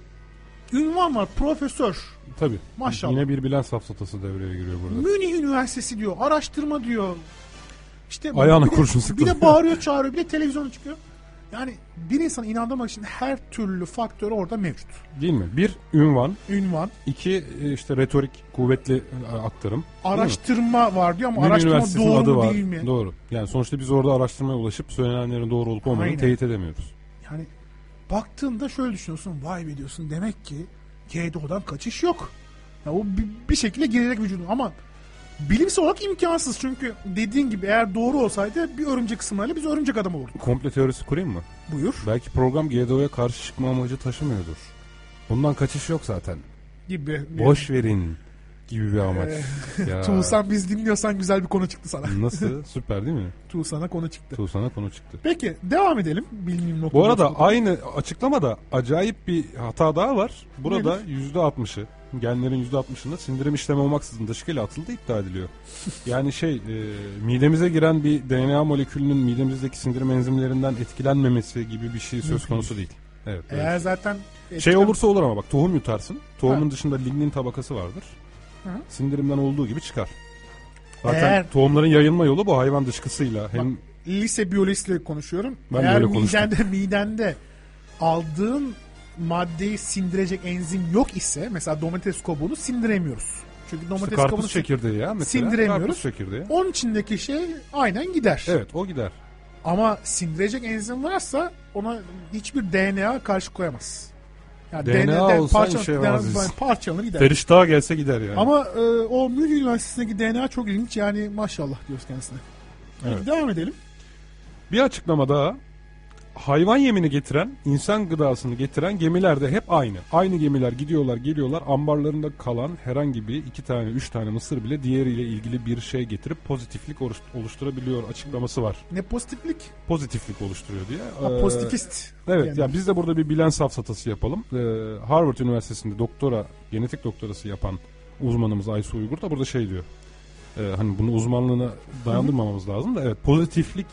ünvan var, profesör. Tabii. Maşallah. Yine bir bilen safsatası devreye giriyor burada. Münih Üniversitesi diyor, araştırma diyor. İşte ayağına bir de, kurşun sıktı. Bir de bağırıyor, çağırıyor, bir de televizyona çıkıyor. Yani bir insana inandırmak için her türlü faktör orada mevcut. Değil mi? Bir, ünvan. Ünvan. İki, işte retorik, kuvvetli aktarım. Araştırma var diyor ama Münih araştırma Üniversitesi'nin doğru adı mu var. değil mi? Doğru. Yani sonuçta biz orada araştırmaya ulaşıp söylenenlerin doğru olup olmadığını Aynen. teyit edemiyoruz. Yani baktığında şöyle düşünüyorsun, vay be diyorsun, demek ki G D O'dan kaçış yok. Ya o bir, bir şekilde gelecek vücudun ama bilimsel olarak imkansız, çünkü dediğin gibi eğer doğru olsaydı bir örümcek ısırmayla biz örümcek adam olurduk. Komple teorisi kurayım mı? Buyur. Belki program G D O'ya karşı çıkma amacı taşımıyordur. Bundan kaçış yok zaten. Gibi. Boş verin gibi bir amaç. Ya. Tuğsan, biz dinliyorsan güzel bir konu çıktı sana. Nasıl? Süper değil mi? Tuğsan'a konu çıktı. Tuğsan'a konu çıktı. Peki devam edelim. Bilmiyorum. Bu arada aynı açıklamada acayip bir hata daha var. Burada Nedir? yüzde altmışı, genlerin yüzde altmışında sindirim işlemi olmaksızın dışkıyla atıldığı iddia ediliyor. Yani şey, e, midemize giren bir D N A molekülünün midemizdeki sindirim enzimlerinden etkilenmemesi gibi bir şey söz konusu değil. Evet. Eğer evet. zaten şey etkilen... olursa olur ama bak, tohum yutarsın. Tohumun Ha. dışında lignin tabakası vardır. Hı. Sindirimden olduğu gibi çıkar. Zaten Eğer... tohumların yayılma yolu bu hayvan dışkısıyla. Hem Bak, lise biyolojisiyle konuşuyorum. Ben de Eğer öyle konuştum. midende, midende aldığın maddeyi sindirecek enzim yok ise, mesela domates kabuğunu sindiremiyoruz. Çünkü domates işte kabuğunu karpuz çekirdeği ya mesela. sindiremiyoruz. Karpuz çekirdeği. Onun içindeki şey aynen gider. Evet, o gider. Ama sindirecek enzim varsa ona hiçbir D N A karşı koyamaz. Yani D N A D N A olsa parça, işe D N A aziz. parçalanır gider. Feriştah gelse gider yani. Ama e, o Münih Üniversitesi'ndeki D N A çok ilginç, yani maşallah diyoruz kendisine. Peki, Evet. devam edelim. Bir açıklama daha. Hayvan yemini getiren, insan gıdasını getiren gemiler de hep aynı. Aynı gemiler gidiyorlar, geliyorlar. Ambarlarında kalan herhangi bir iki tane, üç tane mısır bile diğeriyle ilgili bir şey getirip pozitiflik oluşturabiliyor açıklaması var. Ne pozitiflik? Pozitiflik oluşturuyor diye. Ha, Ee, pozitifist. Evet, Yani. yani biz de burada bir bilen safsatası yapalım. Ee, Harvard Üniversitesi'nde doktora, genetik doktorası yapan uzmanımız Aysu Uygur da burada şey diyor. Ee, hani bunu uzmanlığına dayandırmamamız lazım da, evet, pozitiflik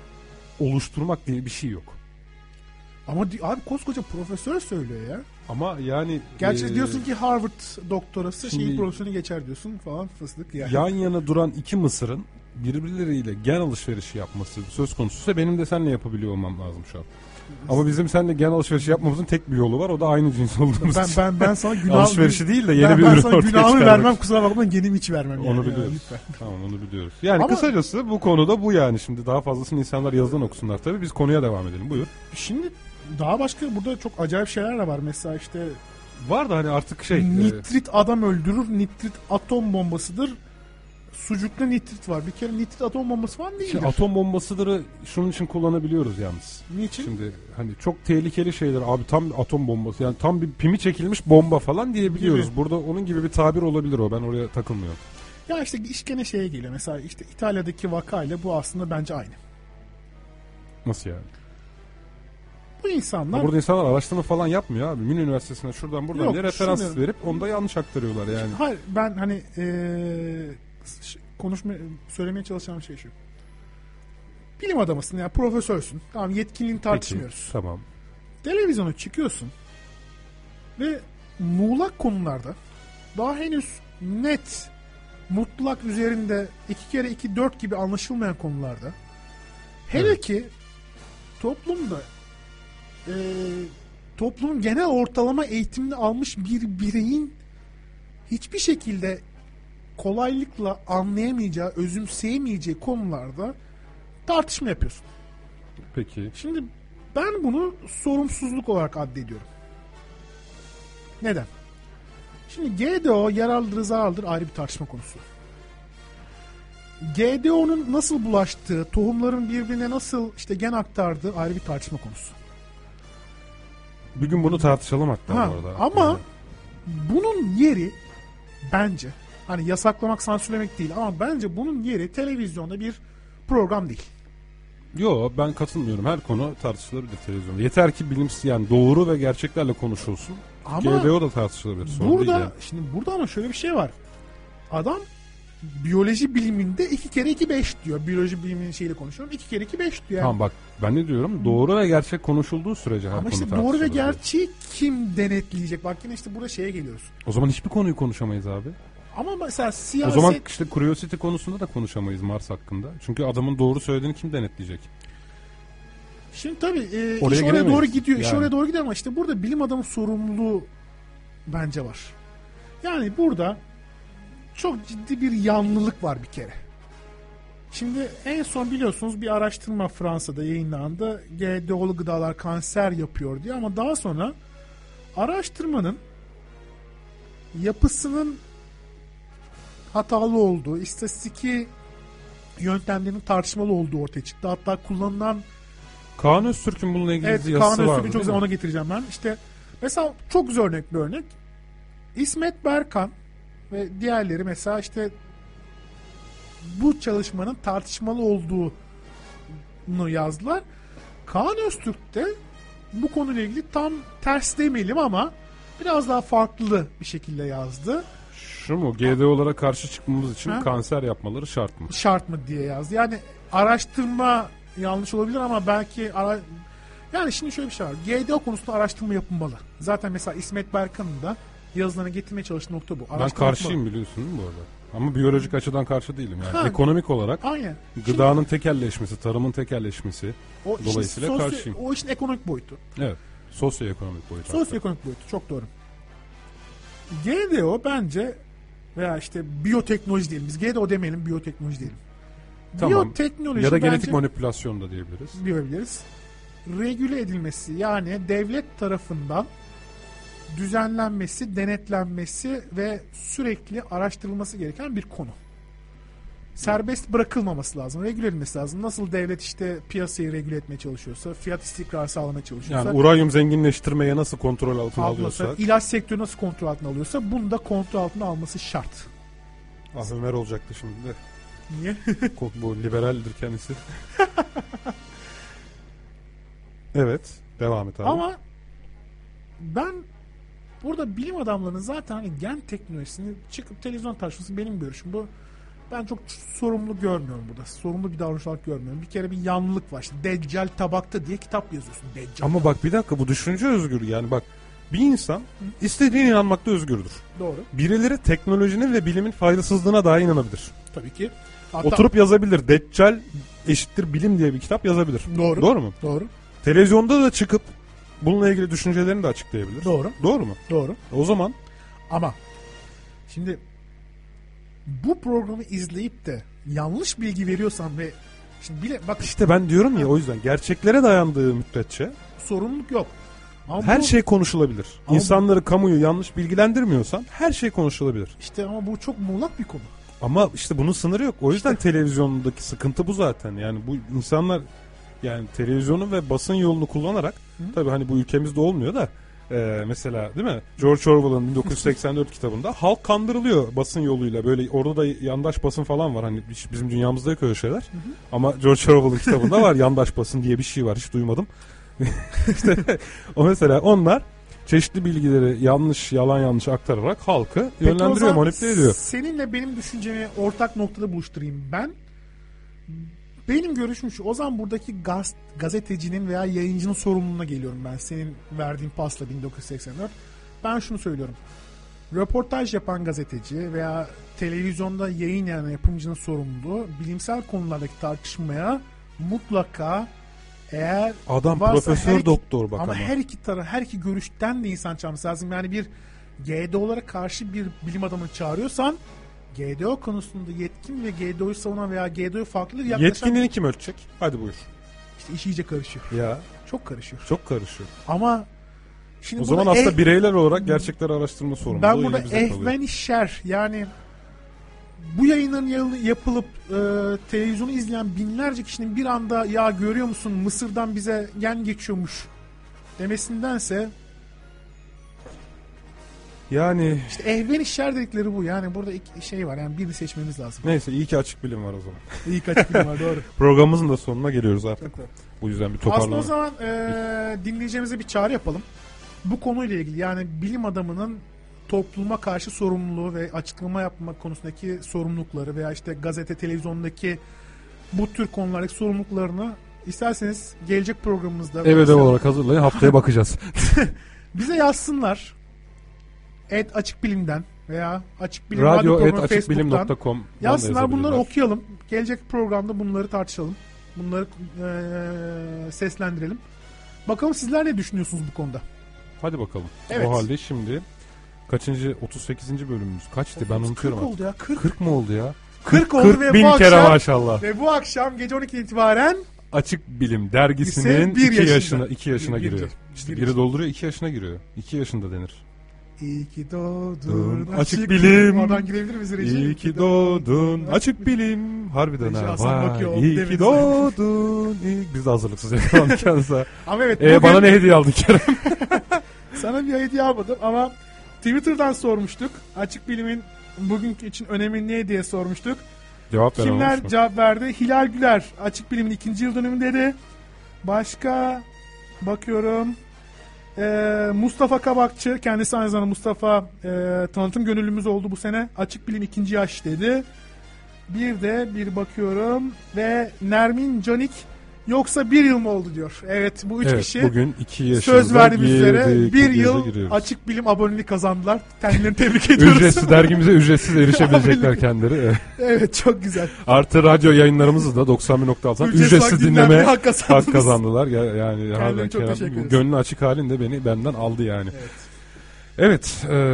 oluşturmak diye bir şey yok. Ama di- abi koskoca profesör söylüyor ya. Ama yani... Gerçi e, diyorsun ki Harvard doktorası şimdi- şeyin profesörünü geçer diyorsun falan, fıstık yani. yan yana duran iki mısırın birbirleriyle gen alışverişi yapması söz konusuysa benim de seninle yapabiliyor olmam lazım şu an. Ama bizim seninle gen alışverişi yapmamızın tek bir yolu var, o da aynı cins olduğumuz ben için. ben ben sana günah Alışverişi değil de yeni ben, bir ben ürün sana ortaya günahımı çıkarmak. vermem, kusura bakma, genimi hiç vermem. Onu yani. biliyoruz. Yani, lütfen. Tamam, onu biliyoruz. Yani Ama- kısacası bu konuda bu yani. Şimdi daha fazlasını insanlar yazıdan okusunlar tabii. Biz konuya devam edelim. Buyur. Şimdi daha başka burada çok acayip şeyler de var. Mesela işte Var da hani artık şey... e, nitrit adam öldürür, nitrit atom bombasıdır. Sucukta nitrit var. Bir kere nitrit atom bombası falan değildir. Şimdi atom bombasıdırı şunun için kullanabiliyoruz yalnız. Niçin? Şimdi hani çok tehlikeli şeyler abi, tam bir atom bombası, yani tam bir pimi çekilmiş bomba falan diyebiliyoruz. Gibi. Burada onun gibi bir tabir olabilir o. Ben oraya takılmıyorum. Ya işte iş gene şeye geliyor. Mesela işte İtalya'daki vakayla bu aslında bence aynı. Nasıl yani? Bu insanlar... Burada insanlar araştırma falan yapmıyor abi. Münih Üniversitesi'ne şuradan buradan Yok, diye referans şimdi- verip onu da yanlış aktarıyorlar yani. Hayır, ben hani ee, ş- konuşma söylemeye çalışacağım şey şu. Bilim adamısın, yani profesörsün. Tamam, yetkinliğini tartışmıyoruz. Peki, tamam. Televizyona çıkıyorsun ve muğlak konularda daha henüz net, mutlak üzerinde iki kere iki dört gibi anlaşılmayan konularda, hele Evet. ki toplumda e, toplumun genel ortalama eğitimini almış bir bireyin hiçbir şekilde kolaylıkla anlayamayacağı, özümseyemeyeceği konularda tartışma yapıyorsun. Peki. Şimdi ben bunu sorumsuzluk olarak addediyorum. Neden? Şimdi G D O yararlıdır, zararlıdır ayrı bir tartışma konusu. G D O'nun nasıl bulaştığı, tohumların birbirine nasıl işte gen aktardığı ayrı bir tartışma konusu. Bir gün bunu tartışalım hatta Ha, bu arada. ama Yani. bunun yeri bence, hani yasaklamak, sansürlemek değil, ama bence bunun yeri televizyonda bir program değil. Yo, ben katılmıyorum. Her konu tartışılabilir televizyonda. Yeter ki bilimsel, yani doğru ve gerçeklerle konuşulsun. Ama G D O da tartışılabilir. Sorun değil burada yani. şimdi burada ama şöyle bir şey var. Adam biyoloji biliminde iki kere iki beş diyor. Biyoloji biliminin şeyiyle konuşuyorum. iki kere iki beş diyor. Yani. Tamam bak ben ne diyorum? Doğru ve gerçek konuşulduğu sürece her Ama konu işte tartışılır. doğru ve gerçeği kim denetleyecek? Bak yine işte burada şeye geliyoruz. O zaman hiçbir konuyu konuşamayız abi. Ama mesela O siyaset... zaman işte Curiosity konusunda da konuşamayız Mars hakkında. Çünkü adamın doğru söylediğini kim denetleyecek? Şimdi tabii e, Oraya iş oraya giremeyiz. doğru gidiyor. Yani. İş oraya doğru gidiyor ama işte burada bilim adamı sorumluluğu bence var. Yani burada çok ciddi bir yanlılık var bir kere. Şimdi en son biliyorsunuz bir araştırma Fransa'da yayınlandı. G D O'lu gıdalar kanser yapıyor diye ama daha sonra araştırmanın yapısının hatalı olduğu, istatistiki yöntemlerinin tartışmalı olduğu ortaya çıktı. Hatta kullanılan Kaan Öztürk'ün bununla ilgili evet, yazısı Kaan var. Öztürk'ün çok güzel, ona getireceğim ben. İşte mesela çok güzel örnek bir örnek. İsmet Berkan ve diğerleri mesela işte bu çalışmanın tartışmalı olduğunu yazdılar. Kaan Öztürk de bu konuyla ilgili tam ters demeyelim ama biraz daha farklı bir şekilde yazdı. Şu mu? G D O'lara karşı çıkmamız için Ha? kanser yapmaları şart mı? Şart mı diye yazdı. Yani araştırma yanlış olabilir ama belki ara... yani şimdi şöyle bir şey var. G D O konusunda araştırma yapılmalı. Zaten mesela İsmet Berkan'ın da yazılarına getirmeye çalıştığı nokta bu. Ben karşıyım biliyorsun değil mi bu arada? Ama biyolojik açıdan karşı değilim. Yani Ha. ekonomik olarak Aynen. gıdanın Şimdi, tekelleşmesi, tarımın tekelleşmesi o işin dolayısıyla sosyo- karşıyım. O işin ekonomik boyutu. Evet. Sosyoekonomik boyut. Sosyoekonomik boyutu. Çok doğru. G D O bence veya işte biyoteknoloji diyelim. Biz G D O demeyelim, biyoteknoloji diyelim. Tamam. Biyoteknoloji Ya da genetik bence manipülasyon da diyebiliriz. diyebiliriz. Regüle edilmesi yani devlet tarafından düzenlenmesi, denetlenmesi ve sürekli araştırılması gereken bir konu. Serbest bırakılmaması lazım. Regüle edilmesi lazım. Nasıl devlet işte piyasayı regüle etmeye çalışıyorsa, fiyat istikrarı sağlamaya çalışıyorsa, Yani uranyum zenginleştirmeye nasıl kontrol altına alıyorsa, alıyorsa. ilaç sektörü nasıl kontrol altına alıyorsa bunu da kontrol altına alması şart. Ah Ömer olacaktı şimdi de. Niye? Bu liberaldir kendisi. Evet. Devam et abi. Ama ben burada bilim adamlarının zaten hani gen teknolojisini çıkıp televizyon tartışması benim görüşüm bu. Ben çok sorumlu görmüyorum burada. Sorumlu bir davranış olarak görmüyorum. Bir kere bir yanlılık var. İşte Deccal tabakta diye kitap yazıyorsun. Deccal. Ama bak bir dakika bu düşünce özgür. Yani bak bir insan istediğine inanmakta özgürdür. Doğru. Birileri teknolojinin ve bilimin faydasızlığına dahi inanabilir. Tabii ki. Hatta... Oturup yazabilir. Deccal eşittir bilim diye bir kitap yazabilir. Doğru. Doğru mu? Doğru. Televizyonda da çıkıp bununla ilgili düşüncelerini de açıklayabilir. Doğru. Doğru mu? Doğru. O zaman Ama şimdi bu programı izleyip de yanlış bilgi veriyorsan ve şimdi bile bak işte ben diyorum ya o yüzden gerçeklere dayandığı müddetçe sorumluluk yok. Ama her bu, şey konuşulabilir. Ama İnsanları, kamuyu yanlış bilgilendirmiyorsan her şey konuşulabilir. işte ama bu çok muğlak bir konu. Ama işte bunun sınırı yok. O yüzden televizyondaki sıkıntı bu zaten. Yani bu insanlar yani televizyonu ve basın yolunu kullanarak tabii hani bu ülkemizde olmuyor da e, mesela değil mi? George Orwell'ın bin dokuz yüz seksen dört kitabında halk kandırılıyor basın yoluyla. Böyle orada da yandaş basın falan var. Hani hiç bizim dünyamızda yok öyle şeyler. Hı hı. Ama George Orwell'ın kitabında var yandaş basın diye bir şey var. Hiç duymadım. İşte o mesela onlar çeşitli bilgileri yanlış, yalan yanlış aktararak halkı Peki yönlendiriyor, manipüle ediyor. Seninle benim düşüncemi ortak noktada buluşturayım. Ben benim görüşüm şu. O zaman buradaki gaz, gazetecinin veya yayıncının sorumluluğuna geliyorum ben. Senin verdiğin pasla bin dokuz yüz seksen dört. Ben şunu söylüyorum. Röportaj yapan gazeteci veya televizyonda yayın yapan yapımcının sorumluluğu bilimsel konulardaki tartışmaya mutlaka eğer adam varsa profesör her iki, doktor bak ama, ama her iki taraf her iki görüşten de insan çağırması lazım. Yani bir G D O'lara karşı bir bilim adamını çağırıyorsan G D O konusunda yetkin ve G D O'yu savunan veya G D O'yu farklı yaklaşan... Yetkinliğini kim ölçecek? Hadi buyur. İşte iş iyice karışıyor. Ya. Çok karışıyor. Çok karışıyor. Ama şimdi o zaman aslında eh, bireyler olarak gerçekleri araştırma sorumluluğu. Ben burada ehven-i şer yani bu yayınların yapılıp e, televizyonu izleyen binlerce kişinin bir anda ya görüyor musun Mısır'dan bize gen geçiyormuş demesindense yani işte ehven-i şer dedikleri bu. Yani burada iki şey var. Yani birini seçmemiz lazım. Neyse iyi ki açık bilim var o zaman. İyi ki açık bilim var doğru. Programımızın da sonuna geliyoruz artık. Evet. Bu yüzden bir toparlama. Aslında o zaman e, dinleyeceğimize bir çağrı yapalım. Bu konuyla ilgili yani bilim adamının topluma karşı sorumluluğu ve açıklama yapma konusundaki sorumlulukları veya işte gazete, televizyondaki bu tür konulardaki sorumluluklarını isterseniz gelecek programımızda ev ödev olarak hazırlayın, haftaya bakacağız. bize yazsınlar. Et Açık Bilim'den veya Açık Bilim Radyo Radyo et açık bilim nokta com yazsınlar, bunları okuyalım. Gelecek programda bunları tartışalım. Bunları e, seslendirelim. Bakalım sizler ne düşünüyorsunuz bu konuda? Hadi bakalım. Evet. O halde şimdi kaçıncı otuz sekizinci bölümümüz kaçtı? Ben unutuyorum. kırk oldu ya. kırk. kırk mı oldu ya? kırk oldu kırk ve bin bu kere akşam, maşallah. Ve bu akşam gece on ikiden itibaren Açık Bilim dergisinin bir iki yaşında. yaşına iki yaşına Bir- bir- giriyor. bir- İşte bir biri yaşında. dolduruyor, iki yaşına giriyor. iki yaşında denir. İyi ki doğdun Açık Bilim. Oradan girebilir miyiz Reji? İyi ki doğdun Açık Bilim. Harbiden Reji ha. Hasan Vay, bakıyor, iyi demedi ki zaten. doğdun. İyi. Biz de hazırlıksız yakalandık kendimize. Ama evet. Ee, bugün bana ne hediye aldın Kerem? sana bir hediye almadım ama Twitter'dan sormuştuk. Açık Bilim'in bugünkü için önemi ne diye sormuştuk. Cevap veren Kimler olmuş mu? cevap verdi? Hilal Güler Açık Bilim'in ikinci yıl dönümü dedi. Başka bakıyorum. Ee, Mustafa Kabakçı, kendisi aynı zamanda Mustafa e, tanıtım gönüllümüz oldu bu sene. Açık Bilim ikinci yaş dedi. Bir de bir bakıyorum ve Nermin Canik yoksa bir yıl mı oldu diyor. Evet, bu üç Evet, kişi bugün iki yaşında söz verdiğimiz üzere girdik, bir yaza yıl giriyoruz. Açık Bilim aboneliği kazandılar. Kendilerini tebrik ediyoruz. Ücretsiz dergimize ücretsiz erişebilecekler kendileri. Evet. Evet, çok güzel. Artı radyo yayınlarımızı da doksan bir nokta altıdan Ücretsiz ücretsiz dinlenmeye dinleme hak kazandınız. hak kazandılar. Ya- Yani harbiden çok Kerem, teşekkür ederiz. gönlü açık halinde beni benden aldı yani. Evet. Evet. e,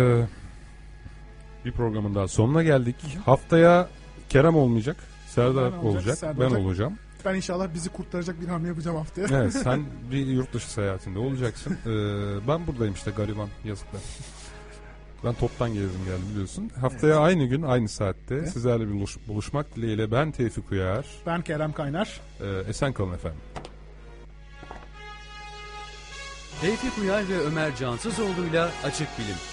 bir programın daha sonuna geldik. Haftaya Kerem olmayacak. Serdar Ben olacak, olacak. Serdar ben olacak. olacağım. Ben inşallah bizi kurtaracak bir hamle yapacağım haftaya. Evet, sen bir yurt dışı seyahatinde olacaksın. E, ben buradayım işte, gariban, yazıklar. Ben toptan gezdim geldim biliyorsun. Haftaya Evet. aynı gün aynı saatte Evet. sizlerle buluş, buluşmak dileğiyle ben Tevfik Uyar. Ben Kerem Kaynar. E, esen kalın efendim. Tevfik Uyar ve Ömer Cansızoğlu'yla Açık Bilim.